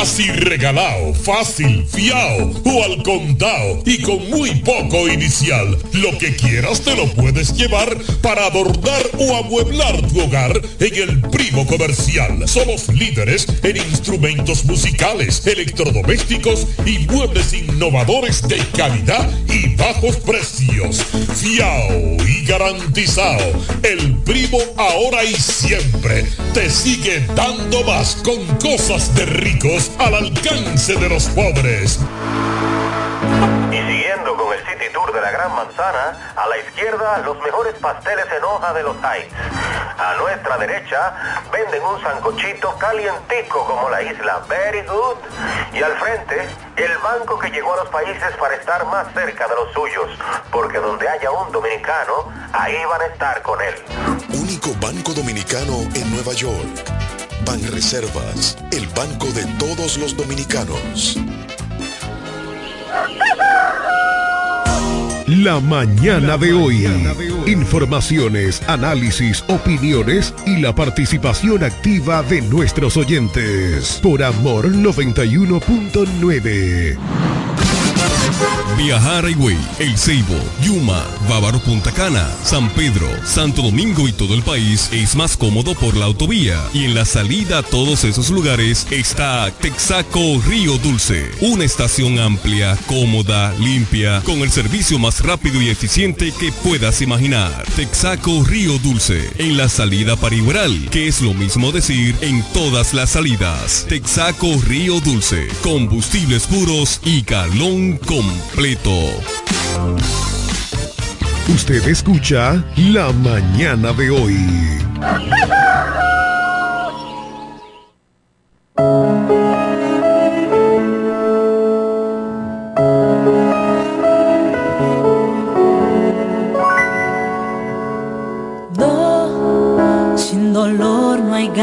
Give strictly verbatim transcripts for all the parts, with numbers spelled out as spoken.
Casi regalado, fácil, fiao o al contado y con muy poco inicial. Lo que quieras te lo puedes llevar para adornar o amueblar tu hogar en el Primo Comercial. Somos líderes en instrumentos musicales, electrodomésticos y muebles innovadores de calidad y bajos precios. Fiao y garantizado. El Primo ahora y siempre te sigue dando más con cosas de ricos al alcance de los pobres. Y siguiendo con el City Tour de la Gran Manzana, a la izquierda los mejores pasteles en hoja de los Heights. A nuestra derecha venden un sancochito calientico como la isla Very Good. Y al frente, el banco que llegó a los países para estar más cerca de los suyos, porque donde haya un dominicano, ahí van a estar con él. Único banco dominicano en Nueva York. Banreservas, el banco de todos los dominicanos. La mañana de hoy. Informaciones, análisis, opiniones y la participación activa de nuestros oyentes. Por Amor noventa y uno punto nueve. Viajar a Higüey, El Ceibo, Yuma, Bávaro, Punta Cana, San Pedro, Santo Domingo y todo el país es más cómodo por la autovía. Y en la salida a todos esos lugares está Texaco Río Dulce, una estación amplia, cómoda, limpia, con el servicio más rápido y eficiente que puedas imaginar. Texaco Río Dulce, en la salida para Igueral, que es lo mismo decir en todas las salidas. Texaco Río Dulce, combustibles puros y galón completo. Usted escucha La Mañana de Hoy. No, sin dolor no hay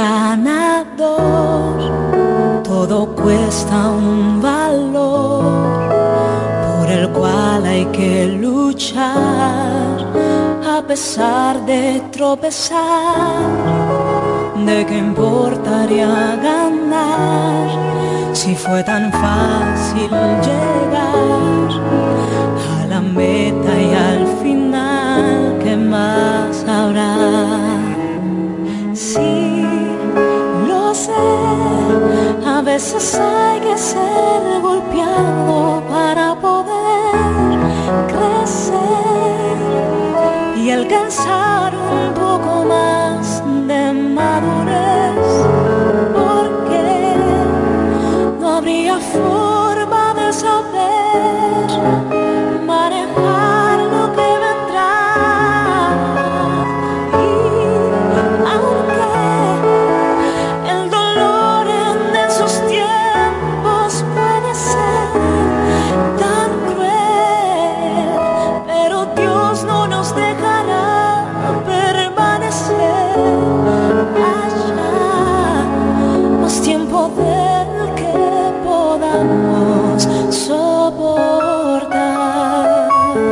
ganador, todo cuesta un valor el cual hay que luchar a pesar de tropezar. ¿De qué importaría ganar si fue tan fácil llegar a la meta y al final? ¿Qué más habrá? Sí, lo sé, a veces hay que ser golpeado para poder crecer y alcanzar un poco más de madurez, porque no habría forma de saber manejar lo que vendrá. Y aunque el dolor en esos tiempos puede ser tan cruel, pero Dios no nos dejará permanecer allá más tiempo del que podamos soportar.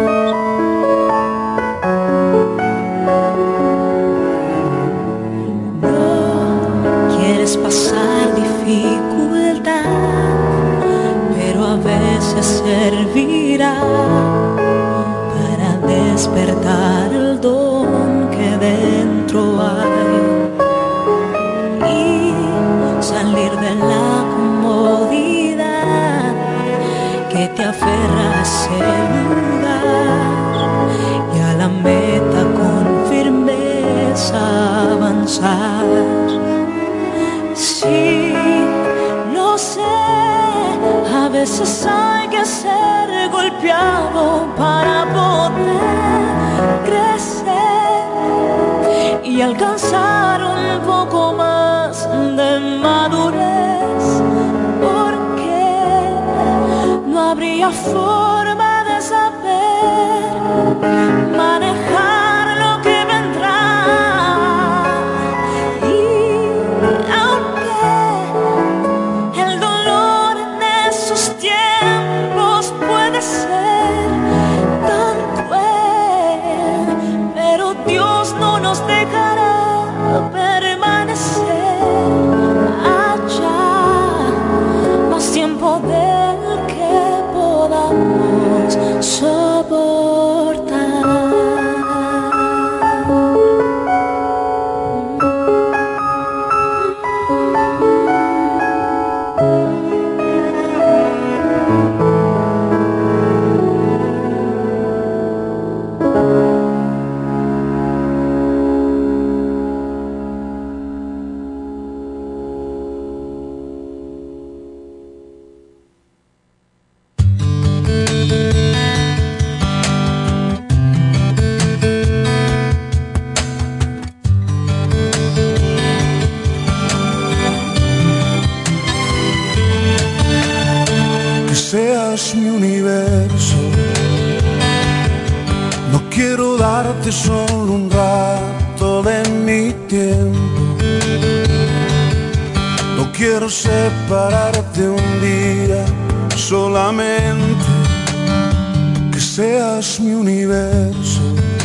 No quieres pasar dificultad, pero a veces servirá para despertar el don que dentro hay y salir de la comodidad que te aferra a ese lugar y a la meta con firmeza avanzar. Sí, lo sé, a veces hay que ser golpeado para poder crecer y alcanzar un poco más de madurez, porque no habría forma de saber manejar lo que vendrá. Y aunque el dolor en esos tiempos puede ser tan cruel, pero Dios no nos dejará permanecer allá darte solo un rato de mi tiempo. No quiero separarte un día, solamente que seas mi universo.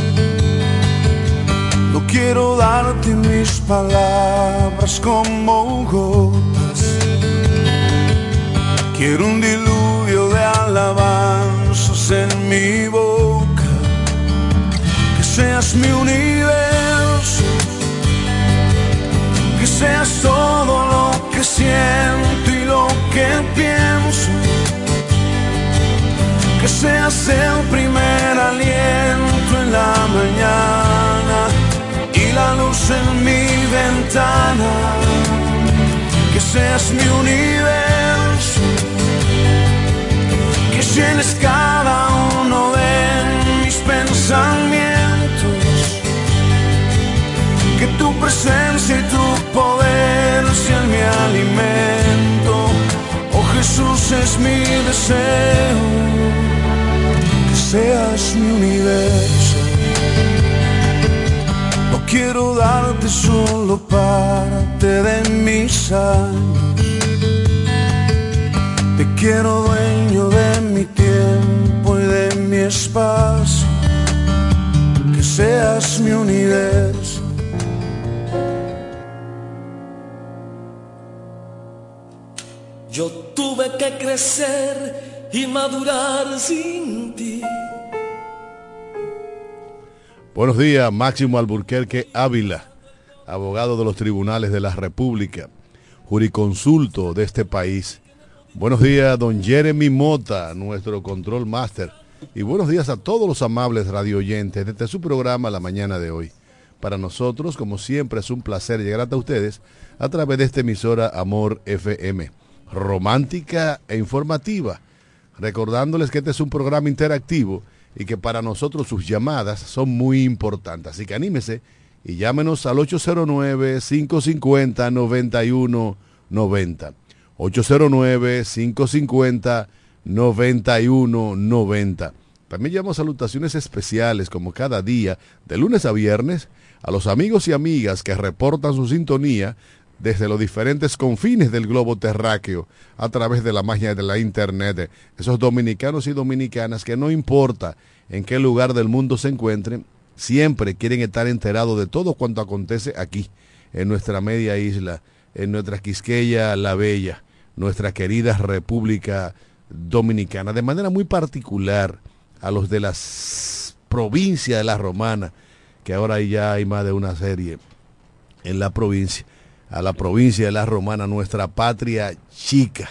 No quiero darte mis palabras como gotas. Quiero un diluvio de alabanzas en mi boca. Que seas mi universo. Que seas todo lo que siento y lo que pienso. Que seas el primer aliento en la mañana y la luz en mi ventana. Que seas mi universo. Que llenes cada uno de mis pensamientos. Que tu presencia y tu poder sean mi alimento. Oh Jesús, es mi deseo que seas mi universo. No quiero darte solo parte de mis años. Te quiero dueño de mi tiempo y de mi espacio. Que seas mi universo. Yo tuve que crecer y madurar sin ti. Buenos días, Máximo Alburquerque Ávila, abogado de los tribunales de la República, juriconsulto de este país. Buenos días, don Jeremy Mota, nuestro control master. Y buenos días a todos los amables radioyentes desde su programa la mañana de hoy. Para nosotros, como siempre, es un placer llegar hasta ustedes a través de esta emisora Amor F M. Romántica e informativa, recordándoles que este es un programa interactivo y que para nosotros sus llamadas son muy importantes, así que anímese y llámenos al ocho cero nueve, cinco cinco cero, nueve uno nueve cero, ocho cero nueve, cinco cinco cero, nueve uno nueve cero. También llevamos salutaciones especiales como cada día, de lunes a viernes, a los amigos y amigas que reportan su sintonía desde los diferentes confines del globo terráqueo a través de la magia de la internet. Esos dominicanos y dominicanas que no importa en qué lugar del mundo se encuentren, siempre quieren estar enterados de todo cuanto acontece aquí, en nuestra media isla, en nuestra Quisqueya la Bella, nuestra querida República Dominicana, de manera muy particular a los de las provincias de la Romana, que ahora ya hay más de una serie en la provincia, a la provincia de la Romana, nuestra patria chica.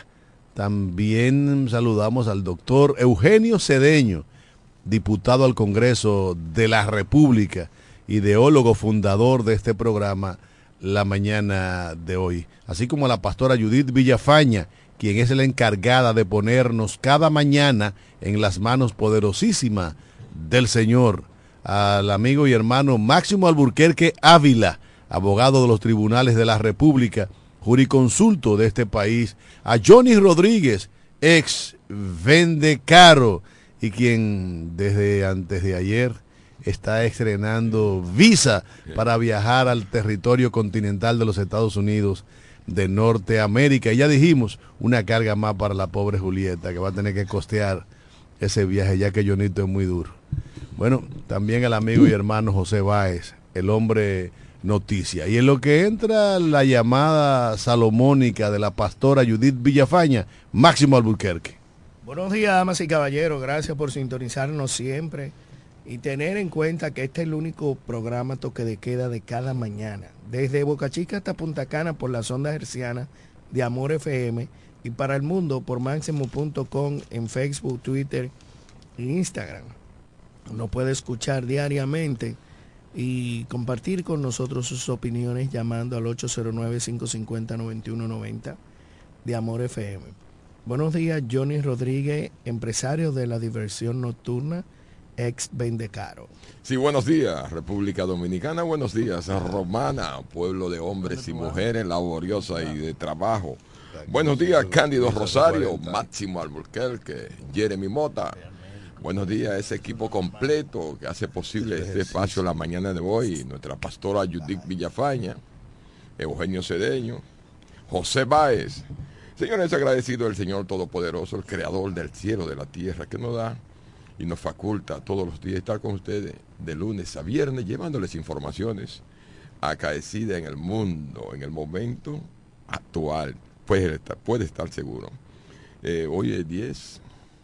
También saludamos al doctor Eugenio Cedeño, diputado al Congreso de la República, ideólogo fundador de este programa la mañana de hoy, así como a la pastora Judith Villafaña, quien es la encargada de ponernos cada mañana en las manos poderosísimas del Señor, al amigo y hermano Máximo Alburquerque Ávila, abogado de los tribunales de la República, juriconsulto de este país, a Johnny Rodríguez, ex Vendecaro, y quien desde antes de ayer está estrenando visa para viajar al territorio continental de los Estados Unidos de Norteamérica. Y ya dijimos, una carga más para la pobre Julieta, que va a tener que costear ese viaje, ya que Jonito es muy duro. Bueno, también al amigo y hermano José Báez, el hombre noticia. Y en lo que entra la llamada salomónica de la pastora Judith Villafaña, Máximo Alburquerque. Buenos días, damas y caballeros, gracias por sintonizarnos siempre y tener en cuenta que este es el único programa toque de queda de cada mañana, desde Boca Chica hasta Punta Cana por las ondas hercianas de Amor F M y para el mundo por máximo punto com en Facebook, Twitter e Instagram. Nos puede escuchar diariamente y compartir con nosotros sus opiniones llamando al ocho cero nueve, cinco cinco cero, nueve uno nueve cero de Amor F M. Buenos días, Johnny Rodríguez, empresario de la diversión nocturna, ex Vendecaro. Sí, buenos días, República Dominicana, buenos días, Romana, pueblo de hombres y mujeres laboriosa y de trabajo. Buenos días, Cándido Rosario, Máximo Alburquerque, Jeremy Mota. Buenos días a ese equipo completo que hace posible este espacio la mañana de hoy. Nuestra pastora Judith Villafaña, Eugenio Cedeño, José Báez. Señores, agradecido al Señor Todopoderoso, el Creador del cielo, de la tierra, que nos da y nos faculta todos los días estar con ustedes de lunes a viernes, llevándoles informaciones acaecidas en el mundo, en el momento actual. Puede estar, puede estar seguro. Eh, hoy es diez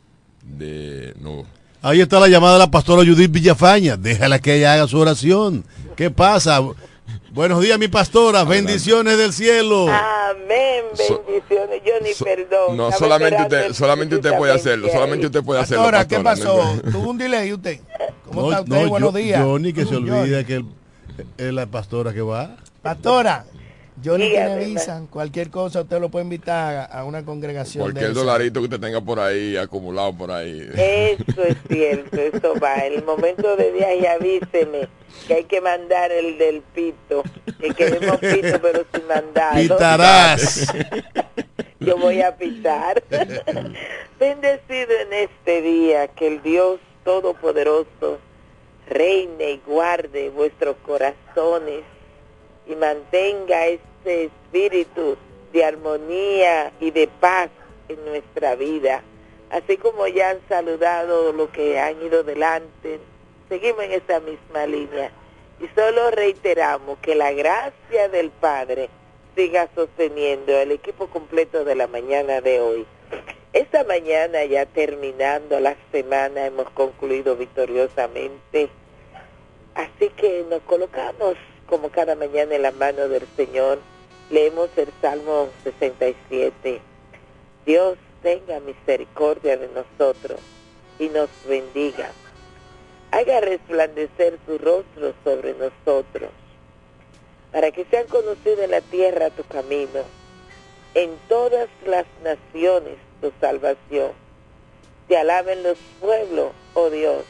de... no. Ahí está la llamada de la pastora Judith Villafaña. Déjala que ella haga su oración. ¿Qué pasa? Buenos días, mi pastora. Adelante. Bendiciones del cielo. Amén. Bendiciones. Yo ni so, perdón. No, solamente usted, solamente usted puede hacerlo. Solamente usted puede hacerlo. Pastora, ¿qué pasó? ¿Tuvo un delay usted? ¿Cómo no, está usted? No, Buenos yo, días. Johnny, que se olvida que es la pastora que va. Pastora. Johnny, que me Dígame, avisan, cualquier cosa usted lo puede invitar a, a una congregación. Cualquier de dolarito que usted tenga por ahí, acumulado por ahí. Eso es cierto, eso va. En el momento de viaje avíseme que hay que mandar el del pito. Que queremos pito pero sin mandar. Pitarás. Yo voy a pitar. Bendecido en este día, que el Dios Todopoderoso reine y guarde vuestros corazones y mantenga este espíritu de armonía y de paz en nuestra vida. Así como ya han saludado los que han ido delante, seguimos en esa misma línea y solo reiteramos que la gracia del Padre siga sosteniendo el equipo completo de la mañana de hoy. Esta mañana, ya terminando la semana, hemos concluido victoriosamente, así que nos colocamos como cada mañana en la mano del Señor. Leemos el Salmo sesenta y siete. Dios tenga misericordia de nosotros y nos bendiga. Haga resplandecer su rostro sobre nosotros, para que sean conocidos en la tierra tu camino, en todas las naciones tu salvación. Te alaben los pueblos, oh Dios.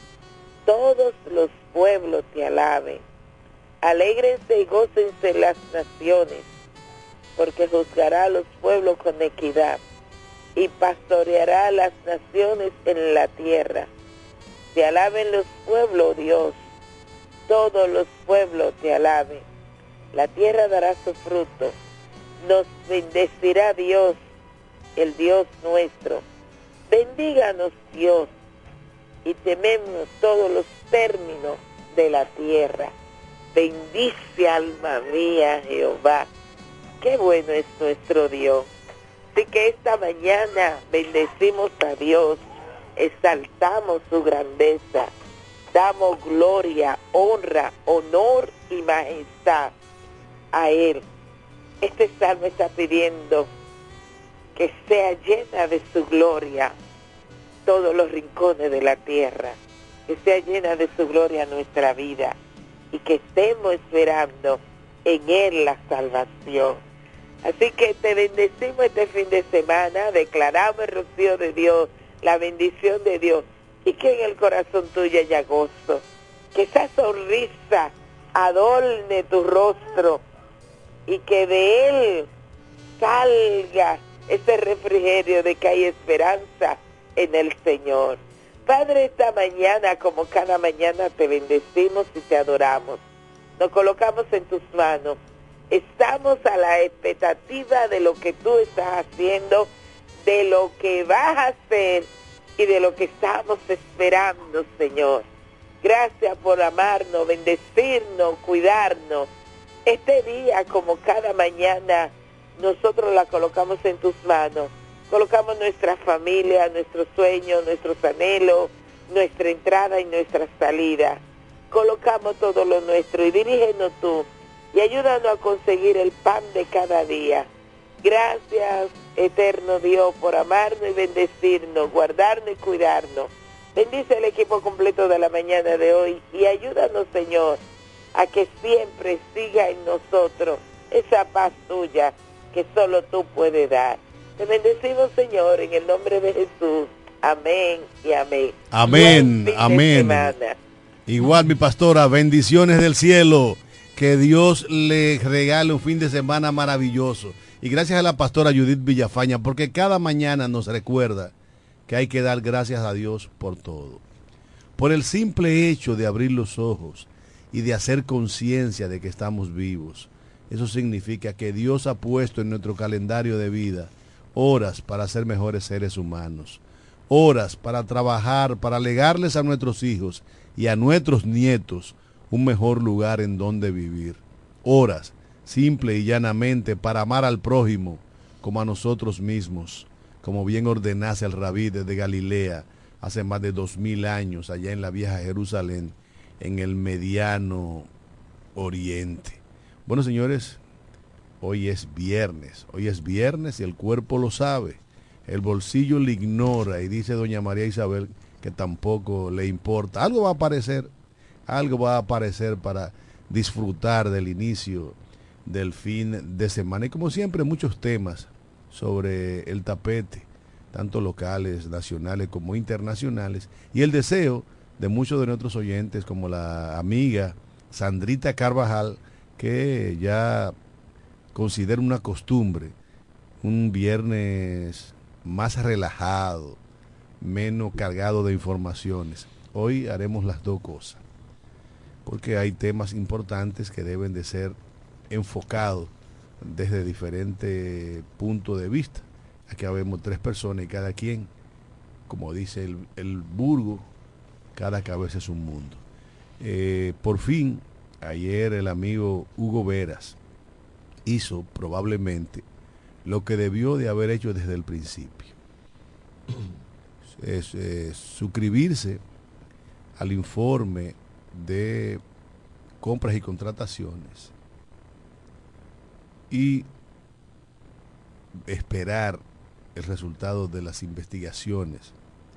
Todos los pueblos te alaben. Alégrense y gócense las naciones, porque juzgará a los pueblos con equidad y pastoreará a las naciones en la tierra. Te alaben los pueblos, Dios. Todos los pueblos te alaben. La tierra dará su fruto. Nos bendecirá Dios, el Dios nuestro. Bendíganos, Dios, y tememos todos los términos de la tierra. Bendice, alma mía, Jehová. Qué bueno es nuestro Dios. Así que esta mañana bendecimos a Dios, exaltamos su grandeza, damos gloria, honra, honor y majestad a Él. Este salmo está pidiendo que sea llena de su gloria todos los rincones de la tierra, que sea llena de su gloria nuestra vida, y que estemos esperando en Él la salvación. Así que te bendecimos este fin de semana, declaramos el rocío de Dios, la bendición de Dios, y que en el corazón tuyo haya gozo, que esa sonrisa adorne tu rostro, y que de Él salga ese refrigerio de que hay esperanza en el Señor. Padre, esta mañana, como cada mañana, te bendecimos y te adoramos. Nos colocamos en tus manos. Estamos a la expectativa de lo que tú estás haciendo, de lo que vas a hacer y de lo que estamos esperando, Señor. Gracias por amarnos, bendecirnos, cuidarnos. Este día, como cada mañana, nosotros la colocamos en tus manos. Colocamos nuestra familia, nuestros sueños, nuestros anhelos, nuestra entrada y nuestra salida. Colocamos todo lo nuestro y dirígenos tú y ayúdanos a conseguir el pan de cada día. Gracias, eterno Dios, por amarnos y bendecirnos, guardarnos y cuidarnos. Bendice el equipo completo de la mañana de hoy y ayúdanos, Señor, a que siempre siga en nosotros esa paz tuya que solo tú puedes dar. Te bendecimos, Señor, en el nombre de Jesús. Amén y amén. Amén, amén. Igual, mi pastora, bendiciones del cielo. Que Dios le regale un fin de semana maravilloso. Y gracias a la pastora Judith Villafaña, porque cada mañana nos recuerda que hay que dar gracias a Dios por todo. Por el simple hecho de abrir los ojos y de hacer conciencia de que estamos vivos. Eso significa que Dios ha puesto en nuestro calendario de vida horas para ser mejores seres humanos, horas para trabajar, para legarles a nuestros hijos y a nuestros nietos un mejor lugar en donde vivir, horas, simple y llanamente, para amar al prójimo como a nosotros mismos, como bien ordenase el rabí desde Galilea hace más de dos mil años, allá en la vieja Jerusalén, en el mediano oriente. Bueno, señores, hoy es viernes, hoy es viernes y el cuerpo lo sabe, el bolsillo le ignora y dice doña María Isabel que tampoco le importa. Algo va a aparecer, algo va a aparecer para disfrutar del inicio del fin de semana. Y como siempre, muchos temas sobre el tapete, tanto locales, nacionales como internacionales, y el deseo de muchos de nuestros oyentes, como la amiga Sandrita Carvajal, que ya considera una costumbre, un viernes más relajado, menos cargado de informaciones. Hoy haremos las dos cosas, porque hay temas importantes que deben de ser enfocados desde diferentes puntos de vista. Aquí vemos tres personas y cada quien, como dice el, el burgo, cada cabeza es un mundo. Eh, por fin, ayer el amigo Hugo Veras hizo probablemente lo que debió de haber hecho desde el principio. Es, es, suscribirse al informe de compras y contrataciones y esperar el resultado de las investigaciones.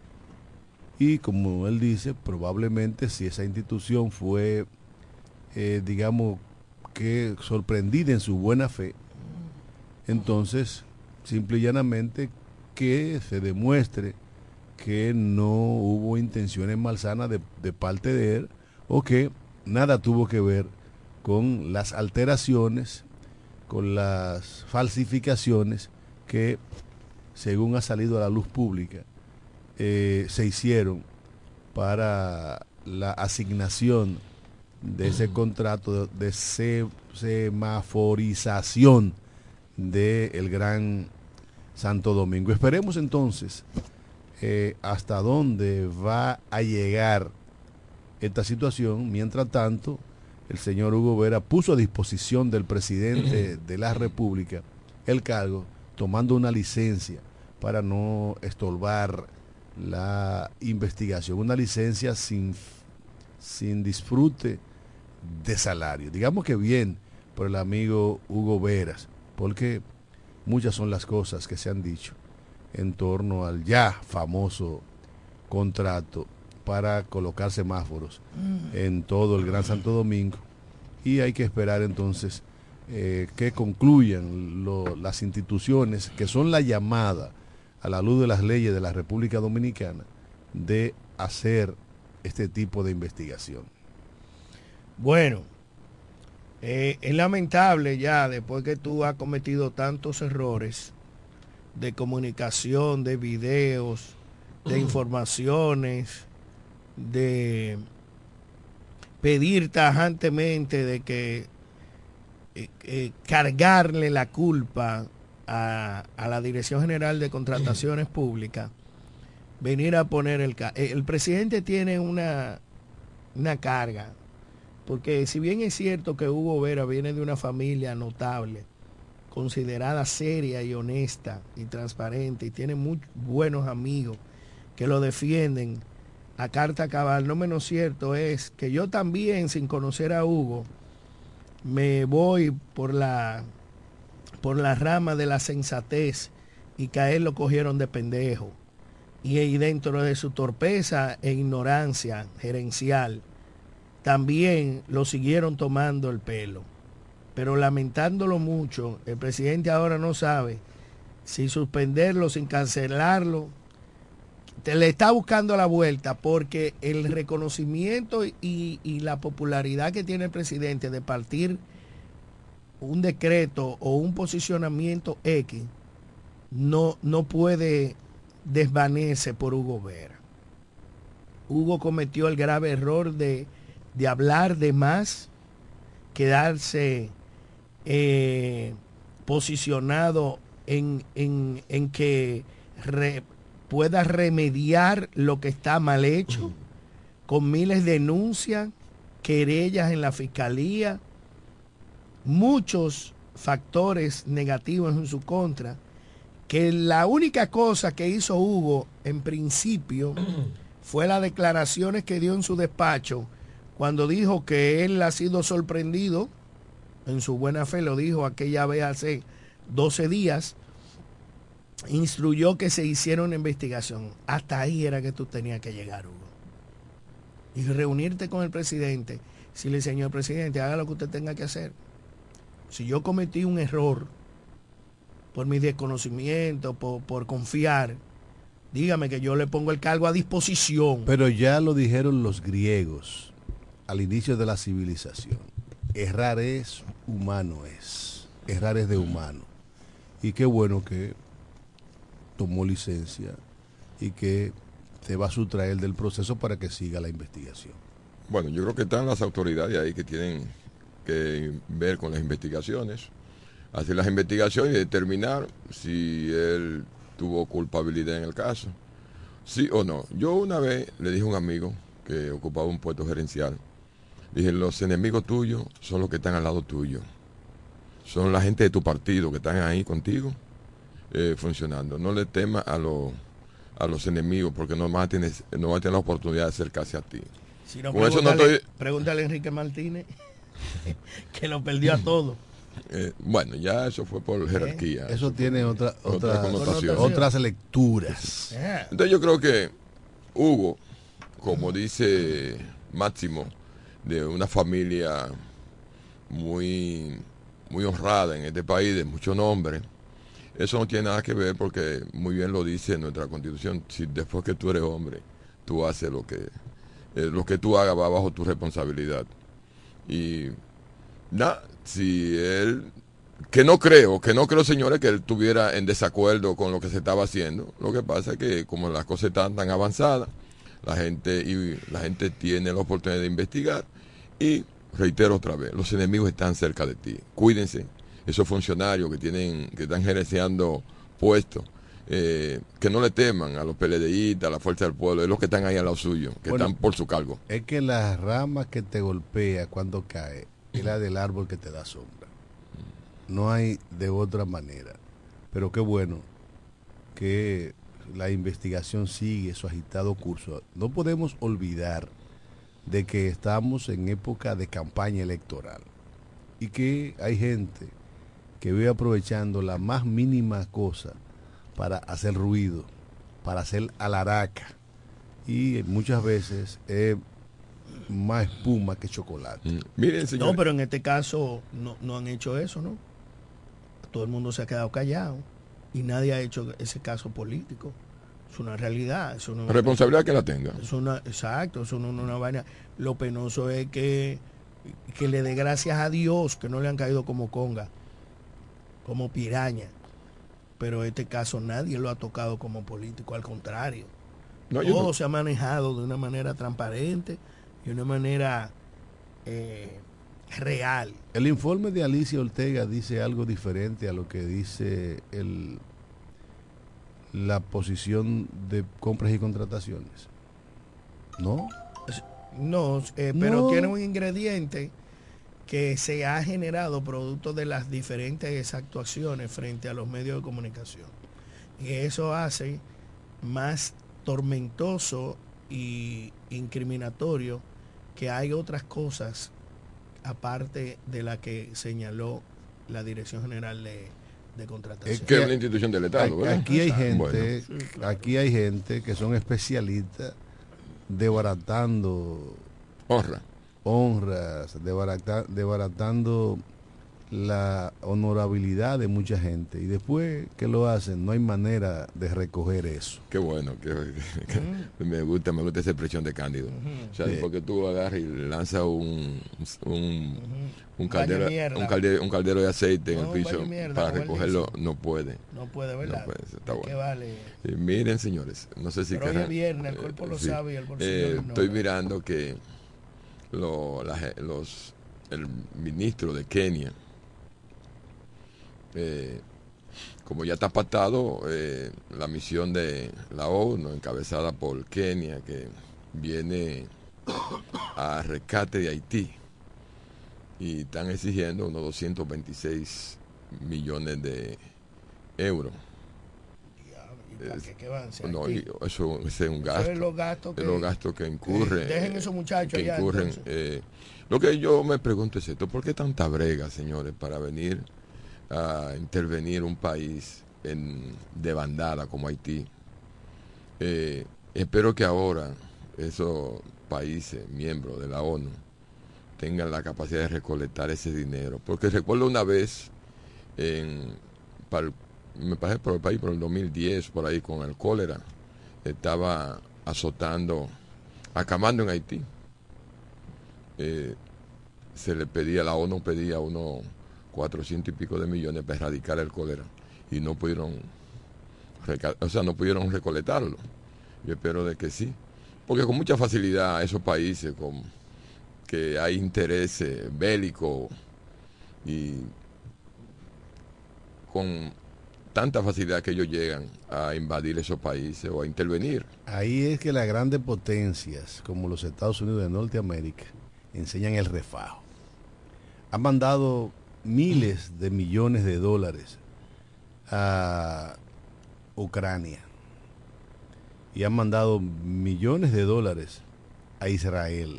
Y como él dice, probablemente si esa institución fue, eh, digamos, que sorprendida en su buena fe, entonces, simple y llanamente, que se demuestre que no hubo intenciones malsanas de, de parte de él, o que nada tuvo que ver con las alteraciones, con las falsificaciones que, según ha salido a la luz pública, eh, se hicieron para la asignación de ese contrato de, de semaforización del Gran Santo Domingo. Esperemos entonces eh, hasta dónde va a llegar esta situación. Mientras tanto, el señor Hugo Vera puso a disposición del presidente de la República el cargo, tomando una licencia para no estorbar la investigación, una licencia sin, sin disfrute de salario. Digamos que bien por el amigo Hugo Veras, porque muchas son las cosas que se han dicho en torno al ya famoso contrato para colocar semáforos en todo el Gran Santo Domingo, y hay que esperar entonces eh, que concluyan lo, las instituciones que son la llamada a la luz de las leyes de la República Dominicana de hacer este tipo de investigación. Bueno, eh, es lamentable ya, después que tú has cometido tantos errores de comunicación, de videos, de informaciones, de pedir tajantemente de que eh, eh, cargarle la culpa a, a la Dirección General de Contrataciones Públicas, venir a poner el... El presidente tiene una, una carga, porque si bien es cierto que Hugo Vera viene de una familia notable, considerada seria y honesta y transparente, y tiene muy buenos amigos que lo defienden a carta cabal, no menos cierto es que yo también, sin conocer a Hugo, me voy por la por la rama de la sensatez y que a él lo cogieron de pendejo, y, y dentro de su torpeza e ignorancia gerencial también lo siguieron tomando el pelo. Pero lamentándolo mucho, el presidente ahora no sabe si suspenderlo, sin cancelarlo. Te le está buscando la vuelta, porque el reconocimiento y, y la popularidad que tiene el presidente de partir un decreto o un posicionamiento X no, no puede desvanece por Hugo Vera. Hugo cometió el grave error de, de hablar de más, quedarse eh, posicionado en, en, en que re, pueda remediar lo que está mal hecho, con miles de denuncias, querellas en la fiscalía, muchos factores negativos en su contra, que la única cosa que hizo Hugo en principio fue las declaraciones que dio en su despacho cuando dijo que él ha sido sorprendido, en su buena fe lo dijo aquella vez hace doce días, instruyó que se hiciera una investigación. Hasta ahí era que tú tenías que llegar, Hugo. Y reunirte con el presidente, decirle, señor presidente, haga lo que usted tenga que hacer. Si yo cometí un error por mi desconocimiento, por, por confiar, dígame que yo le pongo el cargo a disposición. Pero ya lo dijeron los griegos al inicio de la civilización. Errar es humano es. Errar es de humano. Y qué bueno que tomó licencia y que se va a sustraer del proceso para que siga la investigación. Bueno, yo creo que están las autoridades ahí que tienen que ver con las investigaciones, hacer las investigaciones y determinar si él tuvo culpabilidad en el caso, sí o no. Yo una vez le dije a un amigo que ocupaba un puesto gerencial, dije, los enemigos tuyos son los que están al lado tuyo, son la gente de tu partido que están ahí contigo eh, funcionando. No le temas a los a los enemigos porque no vas a tener, no vas a tener la oportunidad de acercarse a ti. Si no, Con eso no estoy... Pregúntale a Enrique Martínez que lo perdió a todo. Eh, bueno, ya eso fue por jerarquía. Eso, eso tiene otra, otra, otra connotación. Otras lecturas. Entonces yo creo que Hugo, como dice Máximo, de una familia muy, muy honrada en este país, de mucho nombre, eso no tiene nada que ver porque muy bien lo dice nuestra Constitución. Si después que tú eres hombre, tú haces lo que, eh, lo que tú hagas va bajo tu responsabilidad. Y nada, si él, que no creo, que no creo, señores, que él estuviera en desacuerdo con lo que se estaba haciendo. Lo que pasa es que como las cosas están tan avanzadas, la gente y la gente tiene la oportunidad de investigar. Y reitero otra vez, los enemigos están cerca de ti. Cuídense, esos funcionarios que tienen, que están gerenciando puestos, eh, que no le teman a los PLDistas, a la Fuerza del Pueblo, es los que están ahí al lado suyo, que bueno, están por su cargo. Es que las ramas que te golpea cuando cae es la del árbol que te da sombra. No hay de otra manera. Pero qué bueno que la investigación sigue su agitado curso. No podemos olvidar de que estamos en época de campaña electoral y que hay gente que vive aprovechando la más mínima cosa para hacer ruido, para hacer alaraca, y muchas veces es más espuma que chocolate. Mm. Miren, señor. No, pero en este caso no, no han hecho eso, ¿no? Todo el mundo se ha quedado callado y nadie ha hecho ese caso político. Es una realidad. Es una responsabilidad que la tenga. Es una, exacto, es una, una vaina. Lo penoso es que, que le dé gracias a Dios que no le han caído como conga, como piraña. Pero este caso nadie lo ha tocado como político, al contrario. No, todo no. se ha manejado de una manera transparente y de una manera eh, real. El informe de Alicia Ortega dice algo diferente a lo que dice el la posición de compras y contrataciones. ¿No? No, eh, pero no. Tiene un ingrediente que se ha generado producto de las diferentes actuaciones frente a los medios de comunicación. Y eso hace más tormentoso y incriminatorio que hay otras cosas aparte de la que señaló la Dirección General de, de Contratación. Es que es una institución del Estado, ¿verdad? Aquí hay gente, bueno. sí, claro. Aquí hay gente que son especialistas desbaratando honra. honras, desbarata, desbaratando la honorabilidad de mucha gente, y después que lo hacen no hay manera de recoger eso. Qué bueno, que, que, me gusta, me gusta esa expresión de Cándido. Uh-huh. O sea, sí. Porque tú agarras y lanzas un un, uh-huh. un, caldero, un, caldero, un caldero de aceite no, en el piso mierda, para recogerlo, no puede. No puede, ¿verdad? No puede, está bueno. Vale? Y miren, señores, no sé si... Pero hoy es viernes, el cuerpo eh, lo sí. sabe y el bolsillo eh, no. Estoy mirando que lo, la, los el ministro de Kenia, Eh, como ya está pactado, eh, la misión de la ONU encabezada por Kenia, que viene a rescate de Haití, y están exigiendo unos doscientos veintiséis millones de euros. ¿Y para qué, qué van? No, eso, ese es un gasto. Eso es los gastos que, los gastos que incurren. Dejen esos muchachos que allá, incurren. Eh, lo que yo me pregunto es esto: ¿por qué tanta brega, señores, para venir a intervenir un país en, de bandada como Haití? Eh, espero que ahora esos países miembros de la ONU tengan la capacidad de recolectar ese dinero, porque recuerdo una vez en, para el, me parece por el país por el dos mil diez, por ahí, con el cólera, estaba azotando, acabando en Haití. Eh, se le pedía, la ONU pedía unos cuatrocientos y pico de millones para erradicar el cólera, y no pudieron, o sea, no pudieron recolectarlo. Yo espero de que sí, porque con mucha facilidad esos países con que hay intereses bélicos y con tanta facilidad que ellos llegan a invadir esos países o a intervenir. Ahí es que las grandes potencias como los Estados Unidos de Norteamérica enseñan el refajo. Han mandado miles de millones de dólares a Ucrania y han mandado millones de dólares a Israel.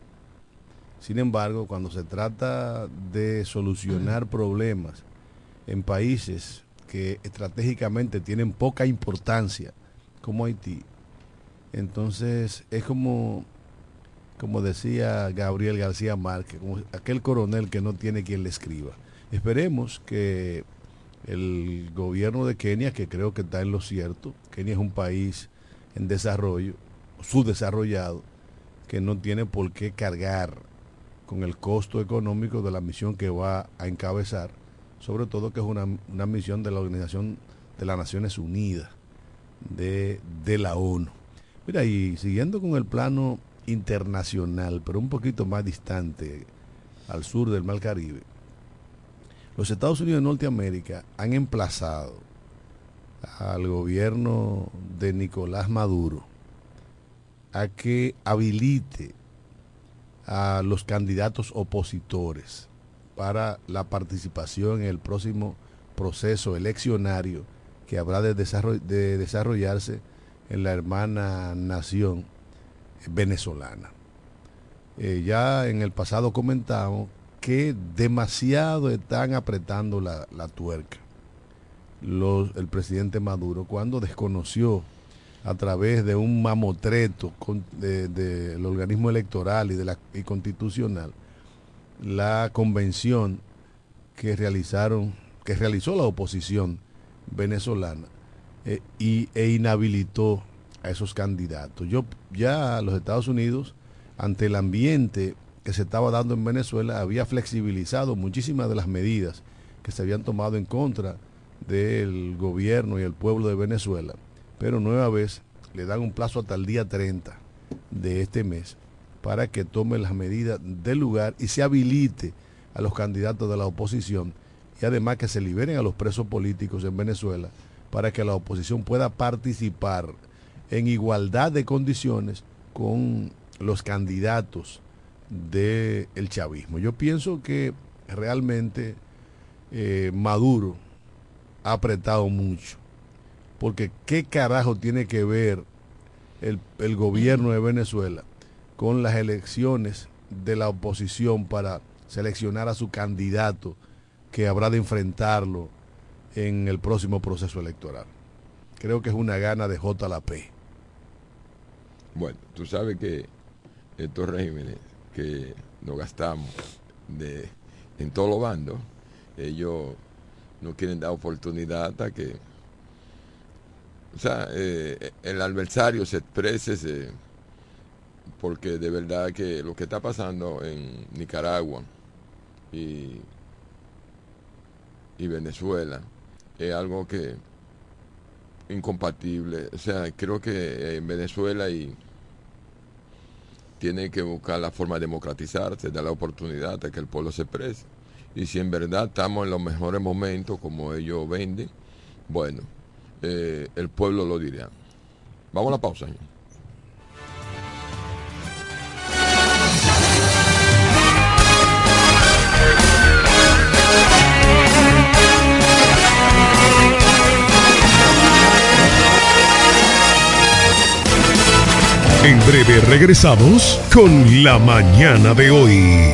Sin embargo, cuando se trata de solucionar problemas en países que estratégicamente tienen poca importancia, como Haití, entonces es como como decía Gabriel García Márquez, como aquel coronel que no tiene quien le escriba. Esperemos que el gobierno de Kenia, que creo que está en lo cierto, Kenia es un país en desarrollo, subdesarrollado, que no tiene por qué cargar con el costo económico de la misión que va a encabezar, sobre todo que es una, una misión de la Organización de las Naciones Unidas, de, de la ONU. Mira, y siguiendo con el plano internacional, pero un poquito más distante, al sur del Mar Caribe, los Estados Unidos de Norteamérica han emplazado al gobierno de Nicolás Maduro a que habilite a los candidatos opositores para la participación en el próximo proceso eleccionario que habrá de, desarroll- de desarrollarse en la hermana nación venezolana. Eh, ya en el pasado comentamos que demasiado están apretando la, la tuerca los, el presidente Maduro, cuando desconoció a través de un mamotreto con, de, de, del organismo electoral y, de la, y constitucional la convención que realizaron que realizó la oposición venezolana eh, y, e inhabilitó a esos candidatos. Yo ya los Estados Unidos, ante el ambiente que se estaba dando en Venezuela, había flexibilizado muchísimas de las medidas que se habían tomado en contra del gobierno y el pueblo de Venezuela, pero nueva vez le dan un plazo hasta el día treinta de este mes para que tome las medidas del lugar y se habilite a los candidatos de la oposición, y además que se liberen a los presos políticos en Venezuela para que la oposición pueda participar en igualdad de condiciones con los candidatos del chavismo. Yo pienso que realmente eh, Maduro ha apretado mucho, porque qué carajo tiene que ver el, el gobierno de Venezuela con las elecciones de la oposición para seleccionar a su candidato que habrá de enfrentarlo en el próximo proceso electoral. Creo que es una gana de J la P. Bueno, tú sabes que estos regímenes que nos gastamos de, en todos los bandos, ellos no quieren dar oportunidad a que, o sea, eh, el adversario se exprese, se, porque de verdad que lo que está pasando en Nicaragua y, y Venezuela es algo que incompatible. O sea, creo que en Venezuela y tiene que buscar la forma de democratizarse, dar la oportunidad a que el pueblo se exprese. Y si en verdad estamos en los mejores momentos, como ellos venden, bueno, eh, el pueblo lo dirá. Vamos a la pausa, señor. En breve regresamos con La Mañana de hoy.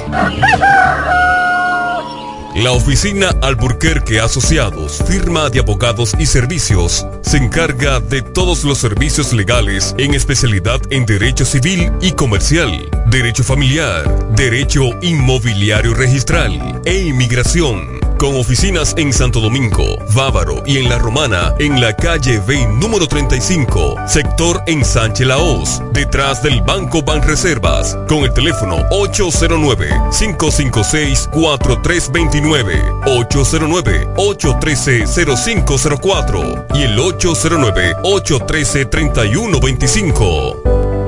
La oficina Alburquerque Asociados, firma de abogados y servicios, se encarga de todos los servicios legales en especialidad en derecho civil y comercial, derecho familiar, derecho inmobiliario registral e inmigración. Con oficinas en Santo Domingo, Bávaro y en La Romana, en la calle B número treinta y cinco, sector Ensanche La Hoz, detrás del Banco Banreservas, con el teléfono ocho cero nueve, cinco cinco seis, cuatro tres dos nueve, ocho cero nueve, ocho uno tres, cero cinco cero cuatro y el ocho cero nueve, ocho uno tres, tres uno dos cinco.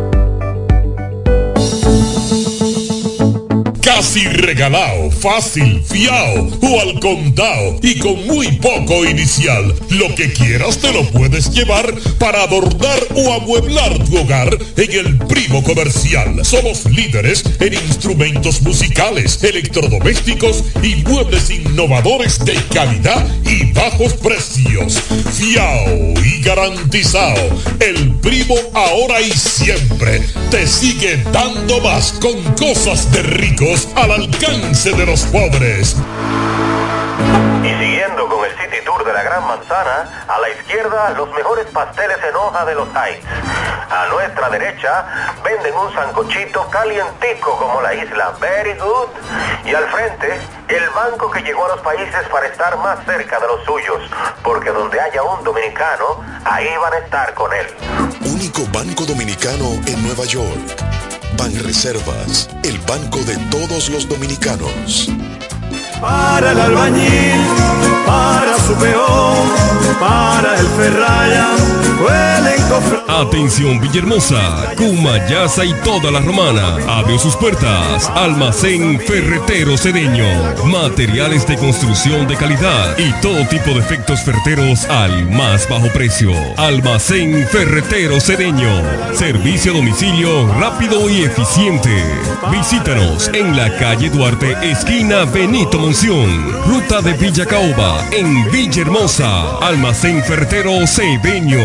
Casi regalado, fácil, fiao o al contado y con muy poco inicial. Lo que quieras te lo puedes llevar para adornar o amueblar tu hogar en el Primo Comercial. Somos líderes en instrumentos musicales, electrodomésticos y muebles innovadores de calidad y bajos precios. Fiao y garantizado. El Primo ahora y siempre te sigue dando más con cosas de ricos al alcance de los pobres. Y siguiendo con el City Tour de la Gran Manzana, a la izquierda los mejores pasteles en hoja de los Heights. A nuestra derecha venden un sancochito calientico como la isla, very good. Y al frente, el banco que llegó a los países para estar más cerca de los suyos, porque donde haya un dominicano, ahí van a estar con él. Único banco dominicano en Nueva York. Banreservas, el banco de todos los dominicanos. Para el albañil, para su peón, para el ferraya, huelen cofre. Atención Villahermosa, Cumayasa y toda la Romana. Abrió sus puertas. Almacén Ferretero Cedeño. Materiales de construcción de calidad y todo tipo de efectos ferreteros al más bajo precio. Almacén Ferretero Cedeño. Servicio a domicilio rápido y eficiente. Visítanos en la calle Duarte, esquina Benito Monción. Ruta de Villa Caoba, en Villahermosa. Almacén Ferretero Cedeño.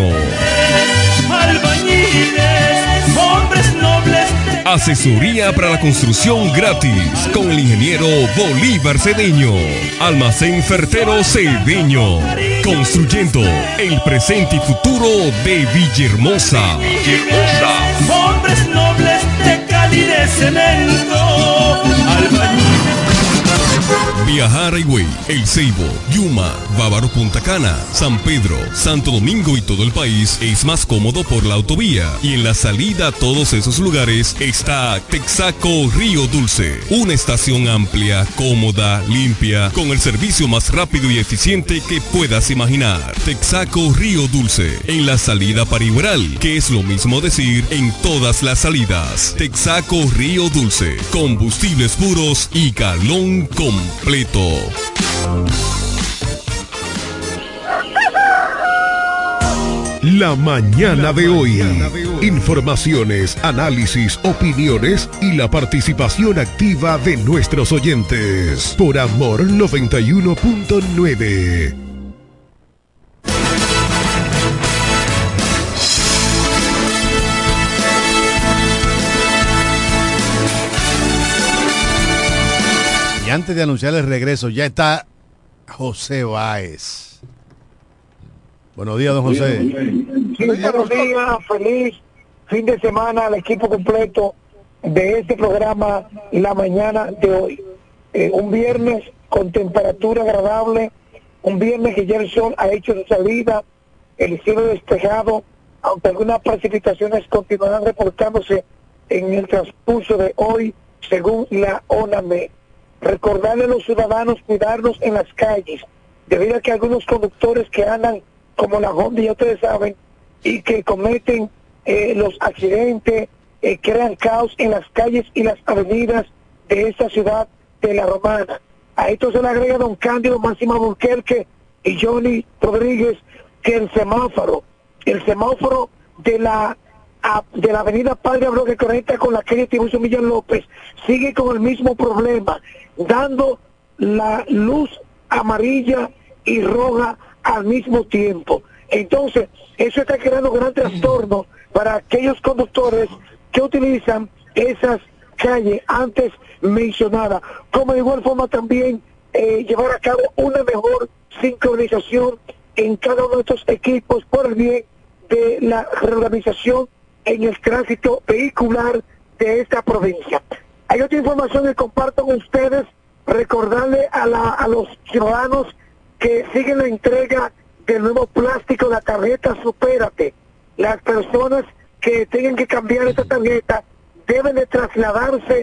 Albañiles, hombres nobles. Asesoría para la construcción gratis con el ingeniero Bolívar Cedeño. Almacén Ferretero Cedeño. Construyendo el presente y futuro de Villahermosa. Villahermosa. Hombres nobles de Cali de cemento. Albañiles. Viajar a Higüey, El Ceibo, Yuma, Bávaro, Punta Cana, San Pedro, Santo Domingo y todo el país es más cómodo por la autovía. Y en la salida a todos esos lugares está Texaco Río Dulce. Una estación amplia, cómoda, limpia, con el servicio más rápido y eficiente que puedas imaginar. Texaco Río Dulce, en la salida para Igueral, que es lo mismo decir en todas las salidas. Texaco Río Dulce, combustibles puros y galón completo. La mañana de hoy. Informaciones, análisis, opiniones y la participación activa de nuestros oyentes. Por Amor noventa y uno punto nueve. Y antes de anunciar el regreso, ya está José Báez. Buenos días, don José. Sí, buenos días, feliz fin de semana al equipo completo de este programa La Mañana de hoy. Eh, un viernes con temperatura agradable, un viernes que ya el sol ha hecho su salida, el cielo despejado, aunque algunas precipitaciones continuarán reportándose en el transcurso de hoy, según la ONAME. Recordarle a los ciudadanos cuidarnos en las calles, debido a que algunos conductores que andan como la Honda, ya ustedes saben, y que cometen eh, los accidentes, eh, crean caos en las calles y las avenidas de esta ciudad de La Romana. A esto se le agrega don Cándido Máximo Alburquerque y Johnny Rodríguez que el semáforo, el semáforo de la a, de la avenida Padre Abreu que conecta con la calle Tiburcio Millán López sigue con el mismo problema, dando la luz amarilla y roja al mismo tiempo. Entonces, eso está creando gran trastorno para aquellos conductores que utilizan esas calles antes mencionadas, como de igual forma también eh, llevar a cabo una mejor sincronización en cada uno de estos equipos por el bien de la reorganización en el tránsito vehicular de esta provincia. Hay otra información que comparto con ustedes, recordarle a, la, a los ciudadanos que siguen la entrega del nuevo plástico, la tarjeta Supérate. Las personas que tengan que cambiar esta tarjeta deben de trasladarse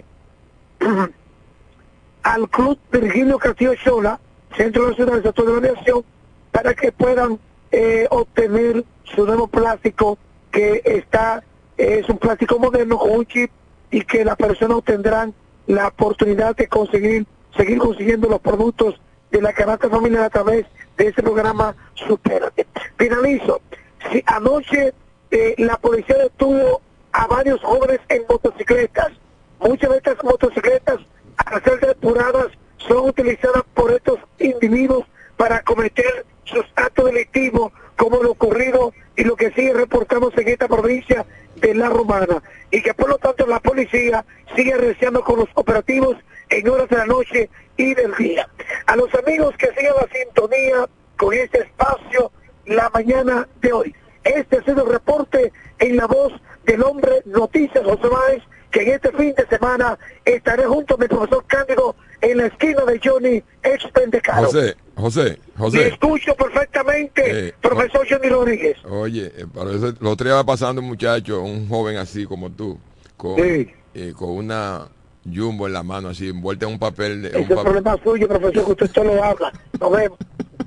al Club Virgilio Castillo Xola, Centro de la Ciudad del Sector de la Aviación, para que puedan eh, obtener su nuevo plástico, que está eh, es un plástico moderno con un chip, y que las personas obtendrán la oportunidad de conseguir seguir consiguiendo los productos de la canasta familiar a través de ese programa Supérate. Finalizo. Si anoche eh, la policía detuvo a varios jóvenes en motocicletas. Muchas de estas motocicletas, al ser depuradas, son utilizadas por estos individuos para cometer sus actos delictivos, como lo ocurrido y lo que sigue reportándose en esta provincia de La Romana, y que por lo tanto la policía sigue realizando con los operativos en horas de la noche y del día. A los amigos que sigan la sintonía con este espacio la mañana de hoy. Este ha sido el reporte en la voz del hombre Noticias José Báez, que en este fin de semana estaré junto a mi profesor Cándido en la esquina de Johnny ex Pendecaro. José, José, José. Me escucho perfectamente, eh, profesor Johnny Rodríguez. Oye, eh, para eso, lo otro día va pasando un muchacho, un joven así como tú, con, sí. eh, con una jumbo en la mano, así, envuelta en un papel. De, Ese un es el papel. problema suyo, profesor, que usted solo habla. Nos vemos.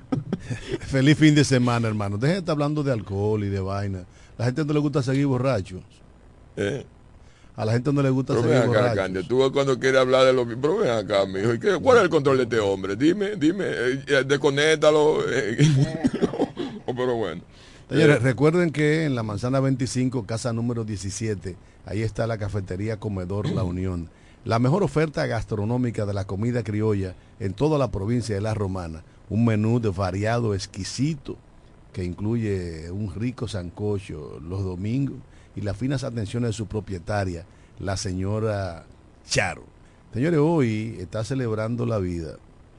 Feliz fin de semana, hermano. Dejen de estar hablando de alcohol y de vaina. La gente no le gusta seguir borrachos. ¿Eh? A la gente no le gusta Pero seguir ven acá, borrachos. Candia, tú cuando quieres hablar de lo mismo, pero ven acá, mijo, ¿y qué, ¿cuál es el control de este hombre? Dime, dime, eh, eh, desconéctalo. Eh, oh, pero bueno. Señores, Eh, recuerden que en la Manzana veinticinco, casa número diecisiete, ahí está la cafetería Comedor La Unión. La mejor oferta gastronómica de la comida criolla en toda la provincia de La Romana. Un menú de variado, exquisito, que incluye un rico sancocho los domingos y las finas atenciones de su propietaria, la señora Charo. Señores, hoy está celebrando la vida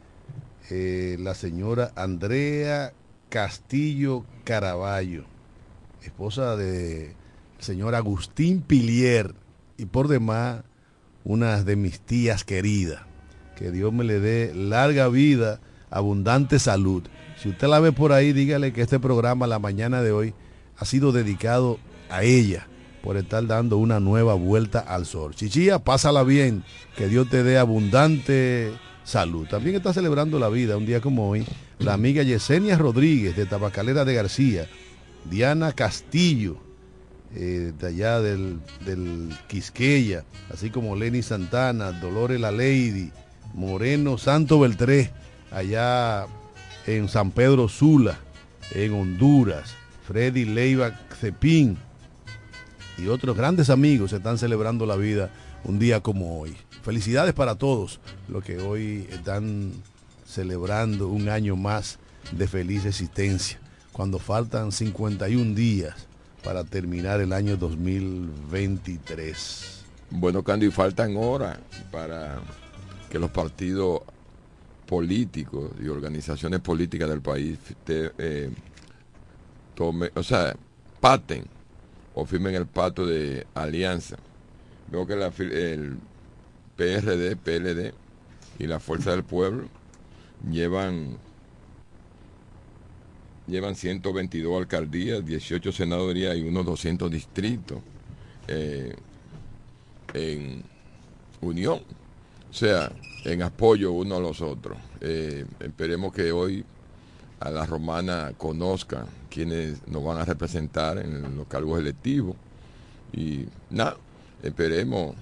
eh, la señora Andrea Castillo Caraballo, esposa de señor Agustín Pilier, y por demás una de mis tías queridas. Que Dios me le dé larga vida, abundante salud. Si usted la ve por ahí, dígale que este programa, la mañana de hoy, ha sido dedicado a ella por estar dando una nueva vuelta al sol. Chichilla, pásala bien, que Dios te dé abundante salud. También está celebrando la vida, un día como hoy, la amiga Yesenia Rodríguez, de Tabacalera de García, Diana Castillo, eh, de allá del, del Quisqueya, así como Lenny Santana, Dolores La Lady, Moreno Santo Beltré, allá en San Pedro Sula, en Honduras, Freddy Leiva Cepín y otros grandes amigos están celebrando la vida un día como hoy. Felicidades para todos los que hoy están celebrando un año más de feliz existencia, cuando faltan cincuenta y un días para terminar el año dos mil veintitrés. Bueno, Candy, faltan horas para que los partidos políticos y organizaciones políticas del país te, eh, tome, o sea, pacten o firmen el pacto de alianza. Veo que la, el P R D, P L D y la Fuerza del Pueblo llevan llevan ciento veintidós alcaldías, dieciocho senadurías y unos doscientos distritos eh, en unión, o sea, en apoyo uno a los otros. Eh, esperemos que hoy a la romana conozca quienes nos van a representar en los cargos electivos y nada, esperemos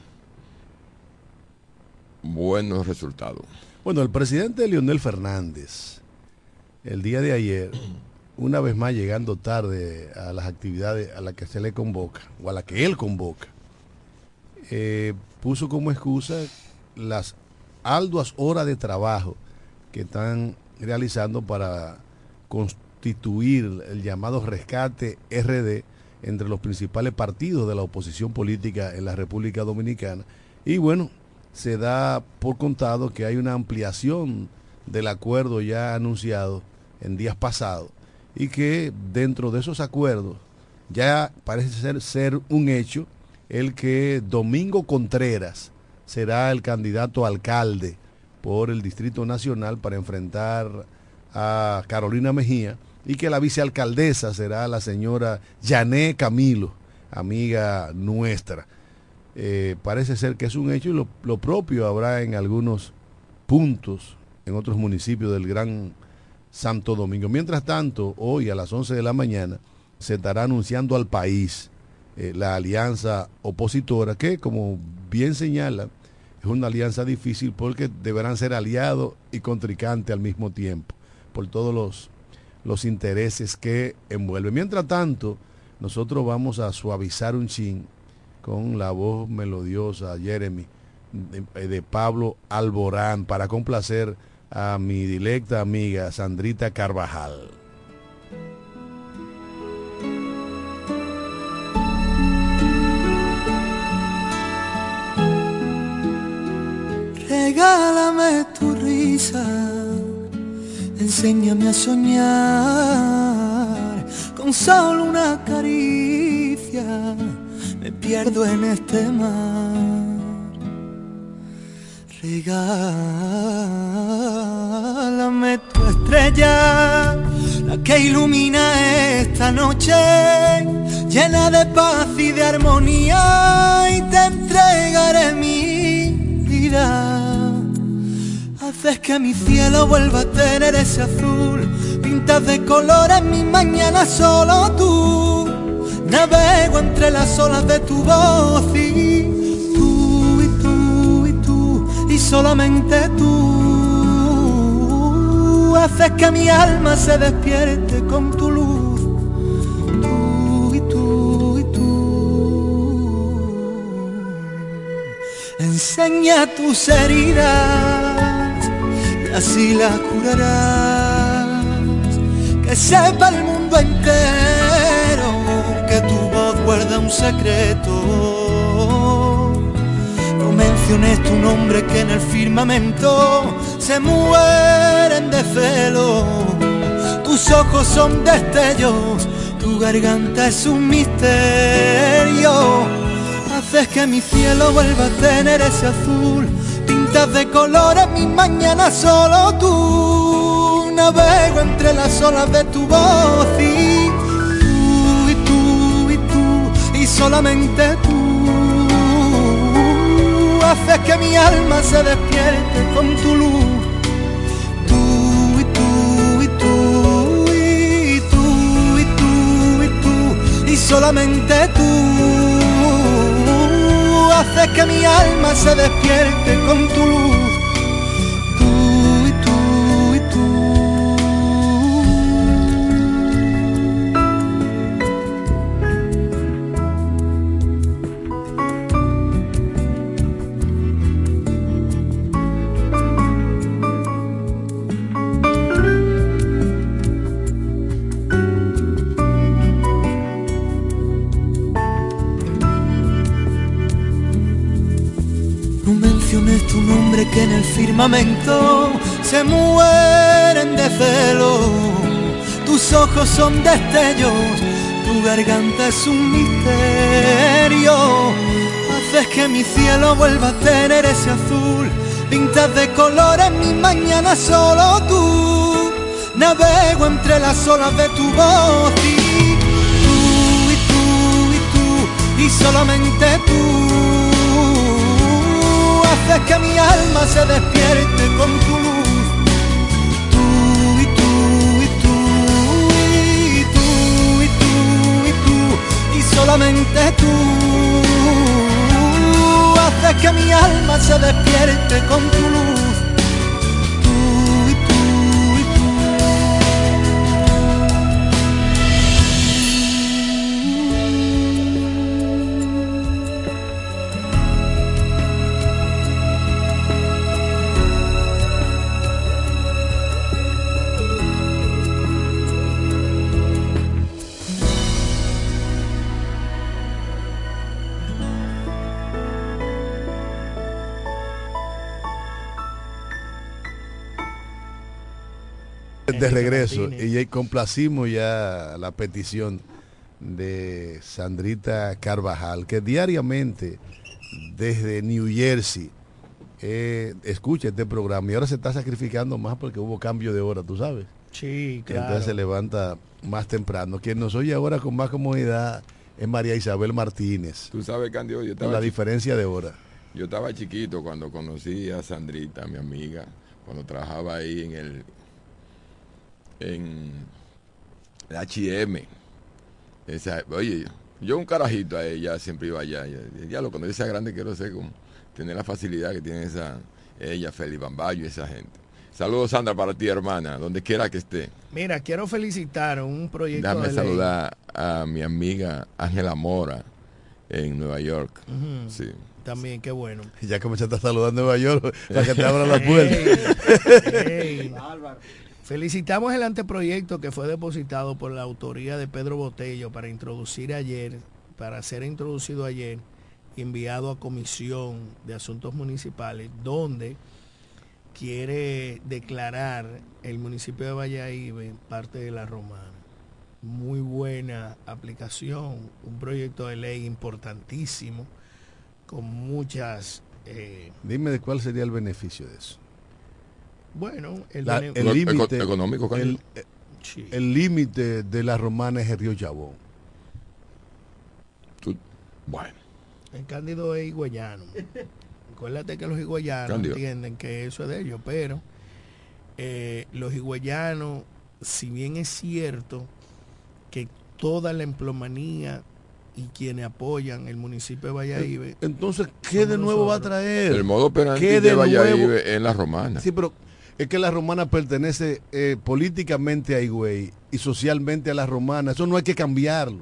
buenos resultados. Bueno, el presidente Leonel Fernández, el día de ayer, una vez más llegando tarde a las actividades a las que se le convoca, o a las que él convoca, eh, puso como excusa las arduas horas de trabajo que están realizando para constituir el llamado rescate R D entre los principales partidos de la oposición política en la República Dominicana. Y bueno, se da por contado que hay una ampliación del acuerdo ya anunciado en días pasados y que dentro de esos acuerdos ya parece ser, ser un hecho el que Domingo Contreras será el candidato a alcalde por el Distrito Nacional para enfrentar a Carolina Mejía y que la vicealcaldesa será la señora Yané Camilo, amiga nuestra. Eh, parece ser que es un hecho y lo, lo propio habrá en algunos puntos, en otros municipios del Gran Santo Domingo. Mientras tanto, hoy a las once de la mañana se estará anunciando al país eh, la alianza opositora, que como bien señala, es una alianza difícil porque deberán ser aliados y contrincantes al mismo tiempo, por todos los, los intereses que envuelven. Mientras tanto, nosotros vamos a suavizar un chin con la voz melodiosa, Jeremy, de, de Pablo Alborán, para complacer a mi directa amiga Sandrita Carvajal. Regálame tu risa, enséñame a soñar, con solo una caricia me pierdo en este mar. Regálame tu estrella, la que ilumina esta noche, llena de paz y de armonía, y te entregaré mi vida. Haces que mi cielo vuelva a tener ese azul, pintas de colores mis mañanas solo tú. Navego entre las olas de tu voz y tú, y tú, y tú, y solamente tú. Haces que mi alma se despierte con tu luz. Tú, y tú, y tú. Enseña tus heridas y así las curarás. Que sepa el mundo entero que tu voz guarda un secreto. No menciones tu nombre que en el firmamento se mueren de celo. Tus ojos son destellos, tu garganta es un misterio. Haces que mi cielo vuelva a tener ese azul, pintas de colores mis mañanas solo tú. Navego entre las olas de tu voz y y solamente tú. Haces que mi alma se despierte con tu luz. Tú y tú y tú y tú y tú y tú y solamente tú. Haces que mi alma se despierte con tu luz. Tu nombre que en el firmamento se mueren de celo. Tus ojos son destellos, tu garganta es un misterio. Haces que mi cielo vuelva a tener ese azul, pintas de colores mi mañana solo tú. Navego entre las olas de tu voz y tú, y tú, y tú, y solamente tú haces que mi alma se despierte con tu luz. Tú, y tú, y tú, y tú, y tú, y tú, y solamente tú haces que mi alma se despierte con tu luz. De regreso y ya complacimos ya la petición de Sandrita Carvajal, que diariamente desde New Jersey eh, escucha este programa y ahora se está sacrificando más porque hubo cambio de hora, tú sabes. Sí, claro. Entonces se levanta más temprano. Quien nos oye ahora con más comodidad es María Isabel Martínez. Tú sabes, Candido, yo estaba la diferencia de hora. Yo estaba chiquito cuando conocí a Sandrita, mi amiga, cuando trabajaba ahí en el en el H y M. Esa, oye, yo un carajito a ella siempre iba allá. Ya, ya lo cuando ella sea grande quiero ser como tener la facilidad que tiene esa ella, Félix Bambayo y esa gente. Saludos, Sandra, para ti, hermana, donde quiera que esté. Mira, quiero felicitar un proyecto. Déjame de saludar ley. a mi amiga Ángela Mora en Nueva York. Uh-huh. Sí. También, qué bueno. Ya comenzaste a saludar en Nueva York para que te abran la puerta. Hey, hey. Felicitamos el anteproyecto que fue depositado por la autoría de Pedro Botello para introducir ayer, para ser introducido ayer, enviado a Comisión de Asuntos Municipales, donde quiere declarar el municipio de Valladolid parte de La Romana. Muy buena aplicación, un proyecto de ley importantísimo, con muchas... Eh, Dime de cuál sería el beneficio de eso. Bueno, el límite económico, el límite sí. de La Romana es el río Chabón. Tú, bueno. El Cándido es higüeyano. Acuérdate que los higüeyanos Cándido. entienden que eso es de ellos, pero eh, los higüeyanos, si bien es cierto que toda la empleomanía y quienes apoyan el municipio de Valladolid. Entonces, ¿qué de nuevo nosotros? va a traer? El modo operandi de, de Valladolid en La Romana. Sí, pero es que La Romana pertenece eh, políticamente a Higüey y socialmente a La Romana. Eso no hay que cambiarlo.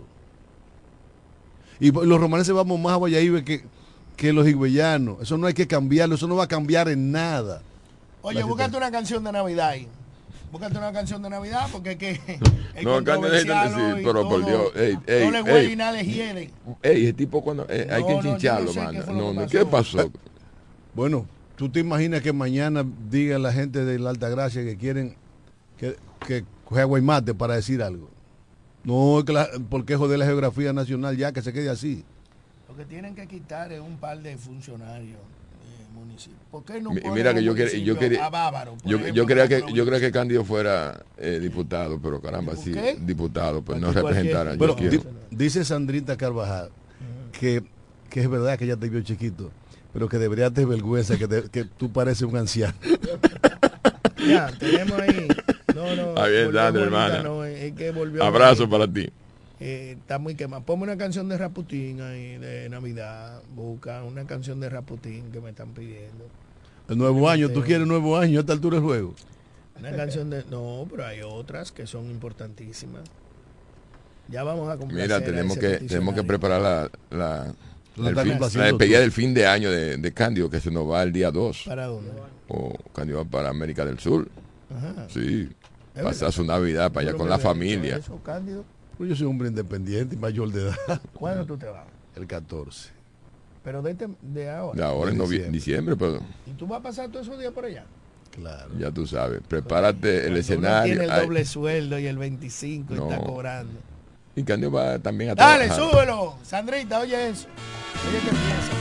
Y los romaneses vamos más a Valladolid que, que los higüeyanos. Eso no hay que cambiarlo. Eso no va a cambiar en nada. Oye, búscate una canción de Navidad ahí. Búscate una canción de Navidad porque es que no, controversial sí, pero todo, por Dios, ey, ey, no le ey, y nada le hiede. Ey, el tipo cuando eh, no, hay que chincharlo, no, mano. No, no, ¿qué pasó? Bueno, ¿tú te imaginas que mañana digan la gente de la Altagracia que quieren que, que coge agua y mate para decir algo? No, que la, porque joder la geografía nacional ya que se quede así. Lo que tienen que quitar es un par de funcionarios. ¿Por qué no Mira que yo quería, yo quería, Bávaro, yo, ejemplo, yo creía que yo creía que Cándido fuera eh, diputado, pero caramba, sí, diputado, pues no representara. Bueno, di, dice Sandrita Carvajal uh-huh. que, que es verdad que ella te vio chiquito, pero que debería tener vergüenza que, te, que tú pareces un anciano. Ya, tenemos ahí. No, no. Ahí está, hermana. No, es que volvió Abrazo para ti. Eh, está muy quemado. Ponme una canción de Raputín ahí de Navidad. Busca una canción de Raputín que me están pidiendo. El nuevo año, ¿tú quieres nuevo año a esta altura del juego? Una canción de... No, pero hay otras que son importantísimas. Ya vamos a complacer. Mira, tenemos que tenemos que preparar la la, la, el fin, la despedida del fin de año de, de Cándido, que se nos va el día dos. ¿Para dónde? O Cándido va para América del Sur. Ajá. Sí. Pasar su Navidad para allá con la familia. Eso, Cándido? Yo soy un hombre independiente y mayor de edad. ¿Cuándo tú te vas? El catorce. Pero de, este, de ahora. De ahora en diciembre. diciembre, pero. ¿Y tú vas a pasar todos esos días por allá? Claro. Ya tú sabes. Prepárate el escenario. Tiene el doble ay. sueldo y el veinticinco no. está cobrando. Y Cándido va también a Dale, trabajar. súbelo. Sandrita, oye eso. Oye que piensa.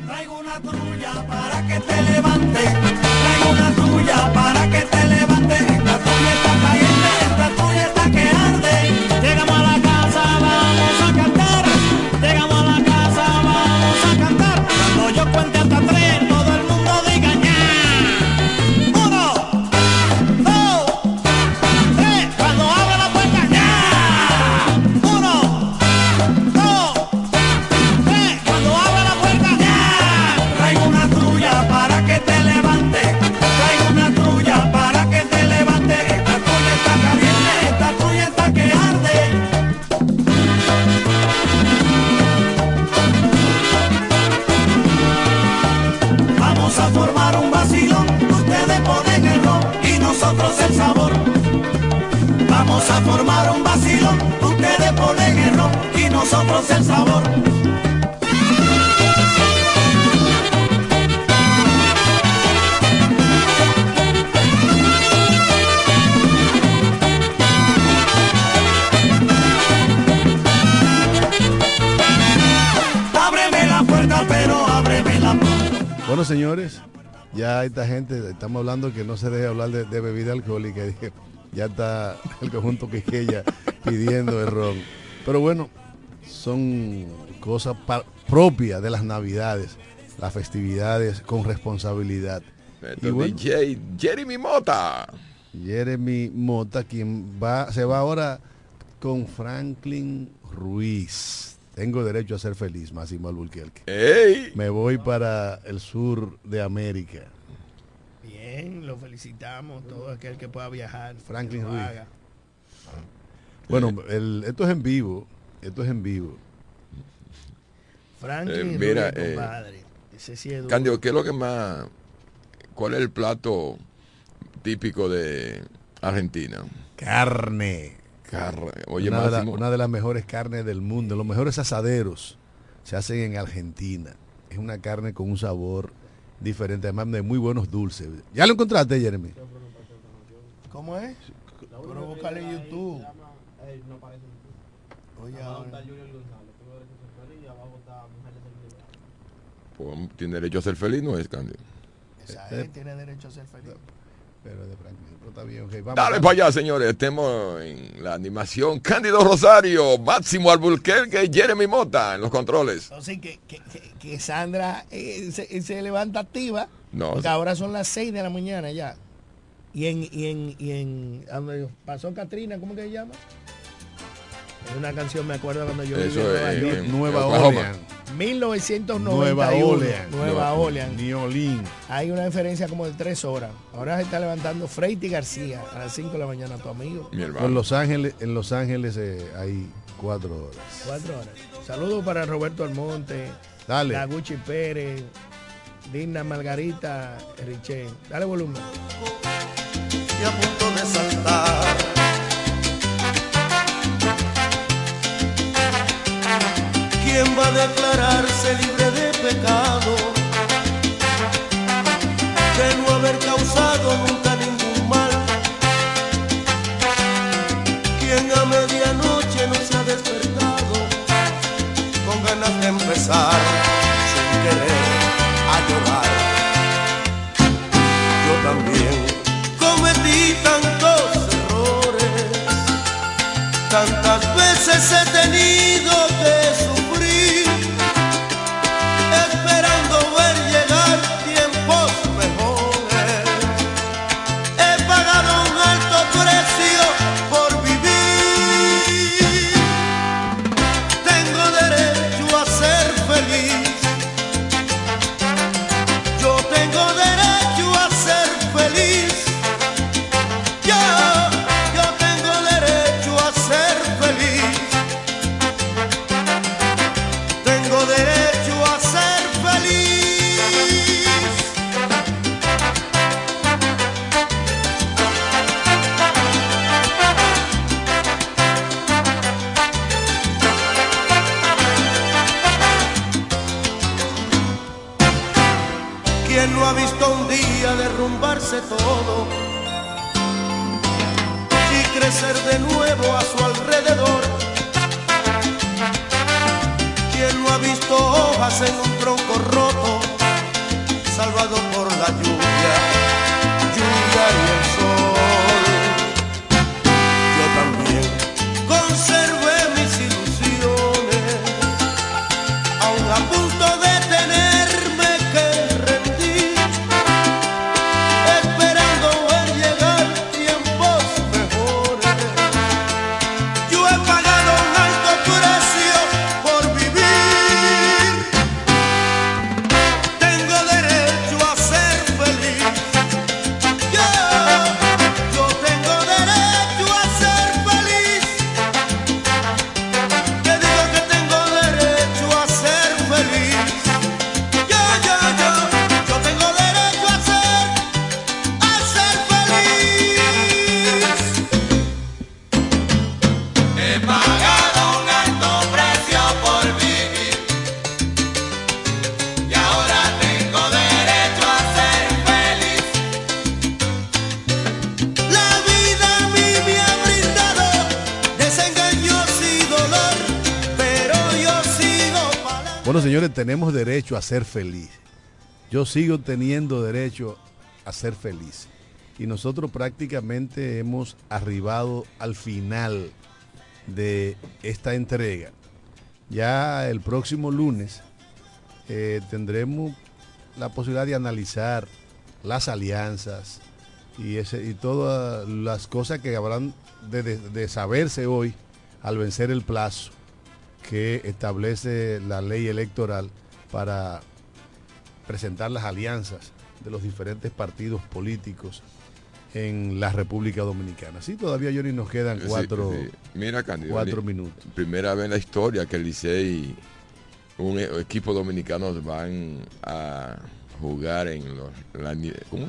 Traigo una trulla para que te levante. Traigo una trulla para que te levante. Esta trulla está caliente, esta trulla está que arde. Llegamos a la casa, vamos a cantar. Llegamos a la casa, vamos a cantar. Cuando yo cuente hasta tres, todo el mundo diga ña. Uno, dos, tres. Cuando abra la puerta, ña. Uno, dos, tres. Cuando abra la puerta, ña. Traigo una trulla para que te levante. Traigo una trulla para que te levante. Esta trulla está caliente, esta trulla está que arde. Vamos a formar un vacilón, ustedes ponen el ron y nosotros el sabor. Vamos a formar un vacilón, ustedes ponen el ron y nosotros el sabor. Ábreme la puerta, pero ábreme la puerta. Bueno, señores, ya esta gente, estamos hablando que no se deje hablar de, de bebida alcohólica. Dije, ya está el conjunto Quisqueya pidiendo el ron. Pero bueno, son cosas pa- propias de las navidades, las festividades con responsabilidad. Y bueno, D J Jeremy Mota. Jeremy Mota, quien va, se va ahora con Franklin Ruiz. Tengo derecho a ser feliz, Máximo Alburquerque. ¡Ey! Me voy para el sur de América. Bien, lo felicitamos, todo aquel que pueda viajar. Franklin lo Ruiz. haga. Bueno, el, esto es en vivo. Esto es en vivo. Franklin Eh, mira, Ruiz, eh, compadre. Ese sí es duro. Candio, ¿qué es lo que más... ¿Cuál es el plato típico de Argentina? Carne. Carne. Oye, una, de la- Máximo. una de las mejores carnes del mundo. Los mejores asaderos se hacen en Argentina. Es una carne con un sabor diferente, además de muy buenos dulces. ¿Ya lo encontraste, Jeremy? ¿Cómo es? Pero búscale en YouTube. Oye, ahora. Pues, ¿tiene derecho a ser feliz? No es, Candio. Esa gente tiene derecho a ser feliz. Pero de Franklin, pero está bien, ok, vamos. Dale para allá, señores. Estemos en la animación. Cándido Rosario, Máximo Alburquerque, Jeremy Mota en los controles. Entonces, que, que, que, que Sandra eh, se, se levanta activa. No, Porque sí. ahora son las seis de la mañana ya. Y en, y en, y en a donde pasó Katrina, ¿cómo que se llama? Es una canción, me acuerdo cuando yo Eso vivía en Nueva es, York. en Nueva Oklahoma. Orleans. mil novecientos Nueva noventa y uno. Orleans. Nueva Nueva- Orleans. New Orleans. Hay una diferencia como de tres horas. Ahora se está levantando Freity García a las cinco de la mañana, tu amigo. Mi hermano. En Los Ángeles, en Los Ángeles eh, hay cuatro horas. Cuatro horas. Saludos para Roberto Almonte, Dale. Naguchi Pérez, Digna Margarita Richen. Dale volumen. Y a punto de saltar. ¿Quién va a declararse libre de pecado? De no haber causado nunca ningún mal. ¿Quién a medianoche no se ha despertado con ganas de empezar sin querer a llorar? Yo también cometí tantos errores, tantas veces he tenido que sufrir, esperando ver llegar tiempos mejores. He pagado un alto precio por vivir. Tengo derecho a ser feliz. Yo tengo derecho a ser feliz. Yo, yo tengo derecho a ser feliz. Tengo derecho a ser feliz. ¿Quién no ha visto un día derrumbarse todo y crecer de nuevo a su alrededor? ¿Quién no ha visto hojas en un tronco roto He pagado un alto precio por vivir y ahora tengo derecho a ser feliz. La vida a mí me ha brindado desengaños y dolor, pero yo sigo para... Bueno, señores, tenemos derecho a ser feliz. Yo sigo teniendo derecho a ser feliz. Y nosotros prácticamente hemos arribado al final de esta entrega. Ya el próximo lunes eh, tendremos la posibilidad de analizar las alianzas y, ese, y todas las cosas que habrán de, de, de saberse hoy al vencer el plazo que establece la ley electoral para presentar las alianzas de los diferentes partidos políticos en la República Dominicana. Sí, todavía, Johnny, nos quedan cuatro, sí, sí. Mira, Candido, cuatro minutos. Primera vez en la historia que el Licey, un equipo dominicano, van a jugar en los... La, ¿Cómo?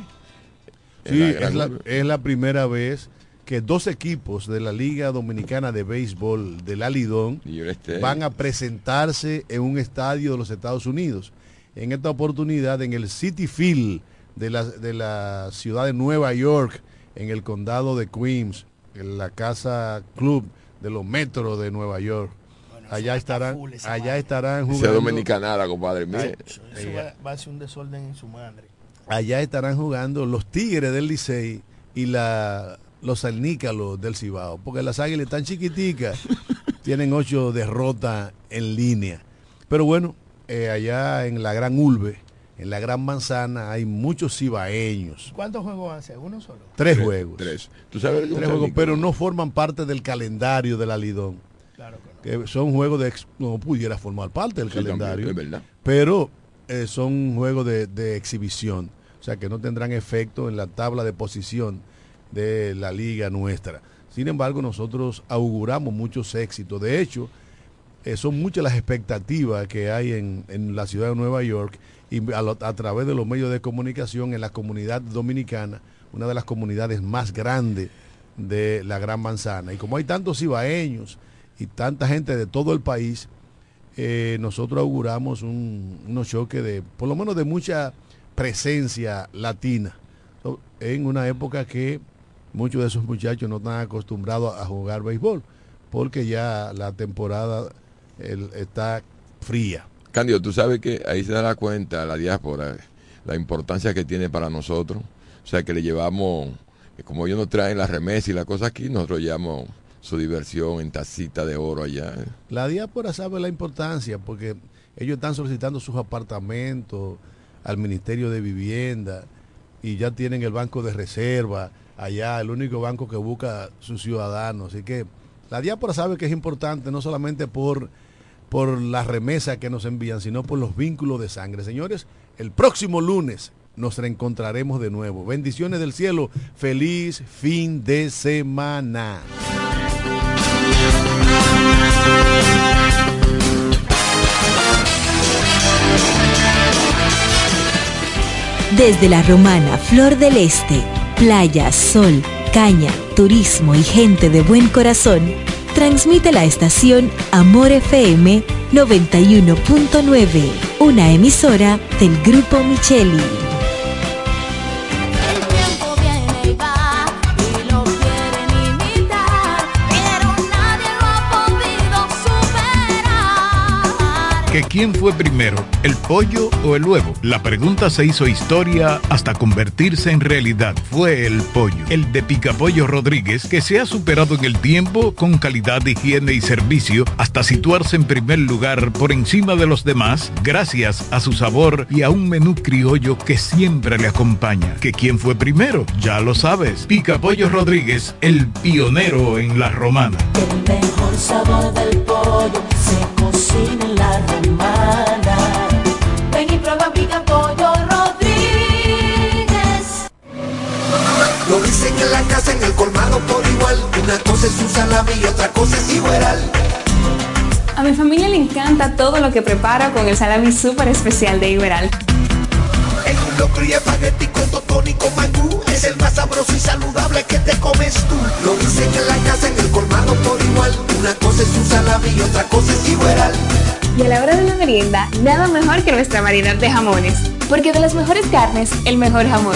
En sí, la es, la, es la primera vez que dos equipos de la Liga Dominicana de Béisbol de la Lidón este... van a presentarse en un estadio de los Estados Unidos. En esta oportunidad, en el Citi Field de la, de la ciudad de Nueva York, en el condado de Queens, en la casa club de los Metros de Nueva York. Bueno, allá estarán, allá estarán jugando. Sea dominicanada, compadre. Mire. Eso, eso va, va a ser un desorden en su madre. Allá estarán jugando los Tigres del Licey y la, los Alnícalos del Cibao, porque las Águilas están chiquiticas, tienen ocho derrotas en línea. Pero bueno, eh, allá en la Gran Urbe, en la Gran Manzana, hay muchos cibaeños. ¿Cuántos juegos hace? ¿Uno solo? Tres, tres juegos. Tres. ¿Tú sabes tres juegos, pero no forman parte del calendario de la Lidón. Claro que no. Que son juegos de... No pudiera formar parte del sí, calendario. También, es verdad. Pero eh, son juegos de, de exhibición. O sea, que no tendrán efecto en la tabla de posición de la liga nuestra. Sin embargo, nosotros auguramos muchos éxitos. De hecho, eh, son muchas las expectativas que hay en, en la ciudad de Nueva York y a, lo, a través de los medios de comunicación en la comunidad dominicana, una de las comunidades más grandes de la Gran Manzana. Y como hay tantos cibaeños y tanta gente de todo el país, eh, nosotros auguramos un, unos choques de, por lo menos de mucha presencia latina, en una época que muchos de esos muchachos no están acostumbrados a jugar béisbol, porque ya la temporada el, está fría. Cándido, tú sabes que ahí se da cuenta la diáspora, la importancia que tiene para nosotros. O sea, que le llevamos, como ellos nos traen las remesas y las cosas aquí, nosotros llevamos su diversión en tacita de oro allá. La diáspora sabe la importancia, porque ellos están solicitando sus apartamentos al Ministerio de Vivienda y ya tienen el banco de reserva allá, el único banco que busca sus ciudadanos. Así que la diáspora sabe que es importante, no solamente por... por las remesas que nos envían, sino por los vínculos de sangre. Señores, el próximo lunes nos reencontraremos de nuevo. Bendiciones del cielo. Feliz fin de semana. Desde la Romana, Flor del Este, playa, sol, caña, turismo y gente de buen corazón, transmite la estación Amor F M noventa y uno punto nueve, una emisora del Grupo Micheli. El tiempo viene y va y lo quieren imitar, pero nadie lo ha podido superar. ¿Que quién fue primero, el pollo o el huevo? La pregunta se hizo historia hasta convertirse en realidad. Fue el pollo, el de Picapollo Rodríguez, que se ha superado en el tiempo con calidad, higiene y servicio hasta situarse en primer lugar por encima de los demás gracias a su sabor y a un menú criollo que siempre le acompaña. ¿Que quién fue primero? Ya lo sabes. Picapollo Rodríguez, el pionero en la Romana. El mejor sabor del pollo se cocina en la Romana. Ven y prueba Picapollo Rodríguez. Lo dicen en la casa, en el colmado por igual. Una cosa es un salami y otra cosa es igual. A mi familia le encanta todo lo que prepara con el salami súper especial de Iberal. El un locro y espagueti con totón y con mangú es el más sabroso y saludable que te comes tú. Lo dicen en la casa, en el colmado por igual. Una cosa salami y otra cosa es Igueral. Y a la hora de la merienda, nada mejor que nuestra variedad de jamones. Porque de las mejores carnes, el mejor jamón.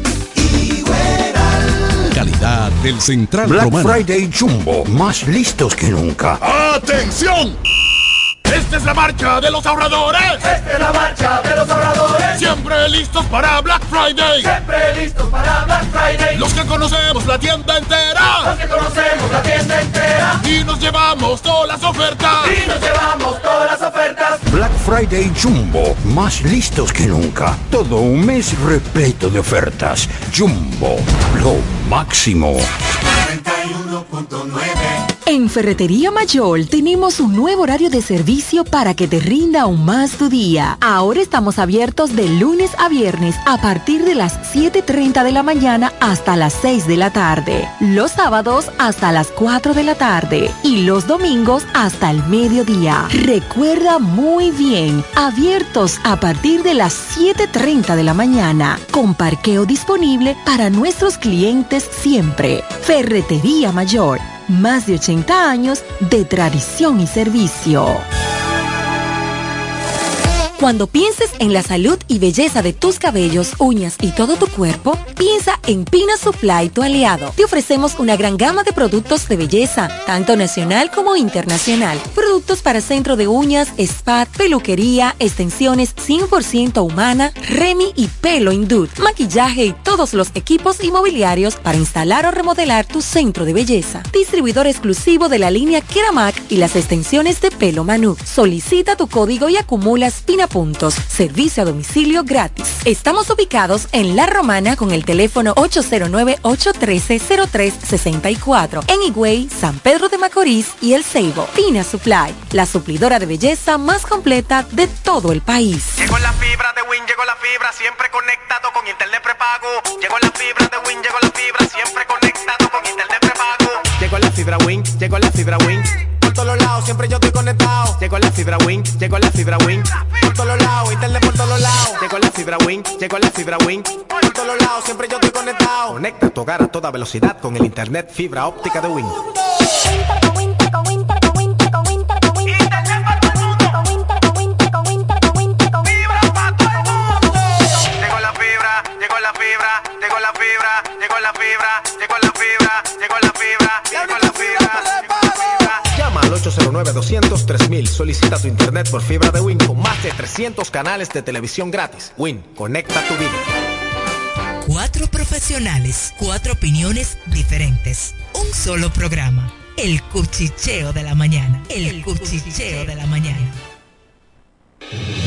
Calidad del Central Black Romano. Friday Jumbo, más listos que nunca. ¡Atención! Esta es la marcha de los ahorradores. Esta es la marcha de los ahorradores. Siempre listos para Black Friday. Siempre listos para Black Friday. Los que conocemos la tienda entera. Los que conocemos la tienda entera. Y nos llevamos todas las ofertas. Y nos llevamos todas las ofertas. Black Friday Jumbo, más listos que nunca. Todo un mes repleto de ofertas. Jumbo, lo máximo. noventa y uno punto nueve. En Ferretería Mayor tenemos un nuevo horario de servicio para que te rinda aún más tu día. Ahora estamos abiertos de lunes a viernes a partir de las siete treinta de la mañana hasta las seis de la tarde. Los sábados hasta las cuatro de la tarde y los domingos hasta el mediodía. Recuerda muy bien, abiertos a partir de las siete treinta de la mañana, con parqueo disponible para nuestros clientes siempre. Ferretería Mayor. Más de ochenta años de tradición y servicio. Cuando pienses en la salud y belleza de tus cabellos, uñas y todo tu cuerpo, piensa en Pina Supply, tu aliado. Te ofrecemos una gran gama de productos de belleza, tanto nacional como internacional. Productos para centro de uñas, spa, peluquería, extensiones cien por ciento humana, Remy y pelo hindú, maquillaje y todos los equipos inmobiliarios para instalar o remodelar tu centro de belleza. Distribuidor exclusivo de la línea Keramac y las extensiones de pelo Manu. Solicita tu código y acumulas Pina puntos. Servicio a domicilio gratis. Estamos ubicados en La Romana con el teléfono ocho cero nueve, ocho uno tres, cero tres seis cuatro. En Higüey, San Pedro de Macorís y El Ceibo. Pina Supply, la suplidora de belleza más completa de todo el país. Llegó la fibra de Win, llegó la fibra, siempre conectado con internet prepago. Llegó la fibra de Win, llegó la fibra, siempre conectado con internet prepago. Llegó la fibra Win, llegó la fibra Win. Por todos lados, siempre yo estoy conectado. Llegó la fibra Win, llegó la fibra Win. Por todos lados, internet por todos lados. Llegó la fibra Win, llegó la fibra Win. Por todos lados, siempre yo estoy conectado. Conecta tu hogar a toda velocidad con el internet fibra óptica de Win. ocho cero nueve, doscientos, tres mil. Solicita tu internet por fibra de Win con más de trescientos canales de televisión gratis. Win, conecta tu vida. Cuatro profesionales, cuatro opiniones diferentes. Un solo programa. El Cuchicheo de la Mañana. El Cuchicheo de la Mañana.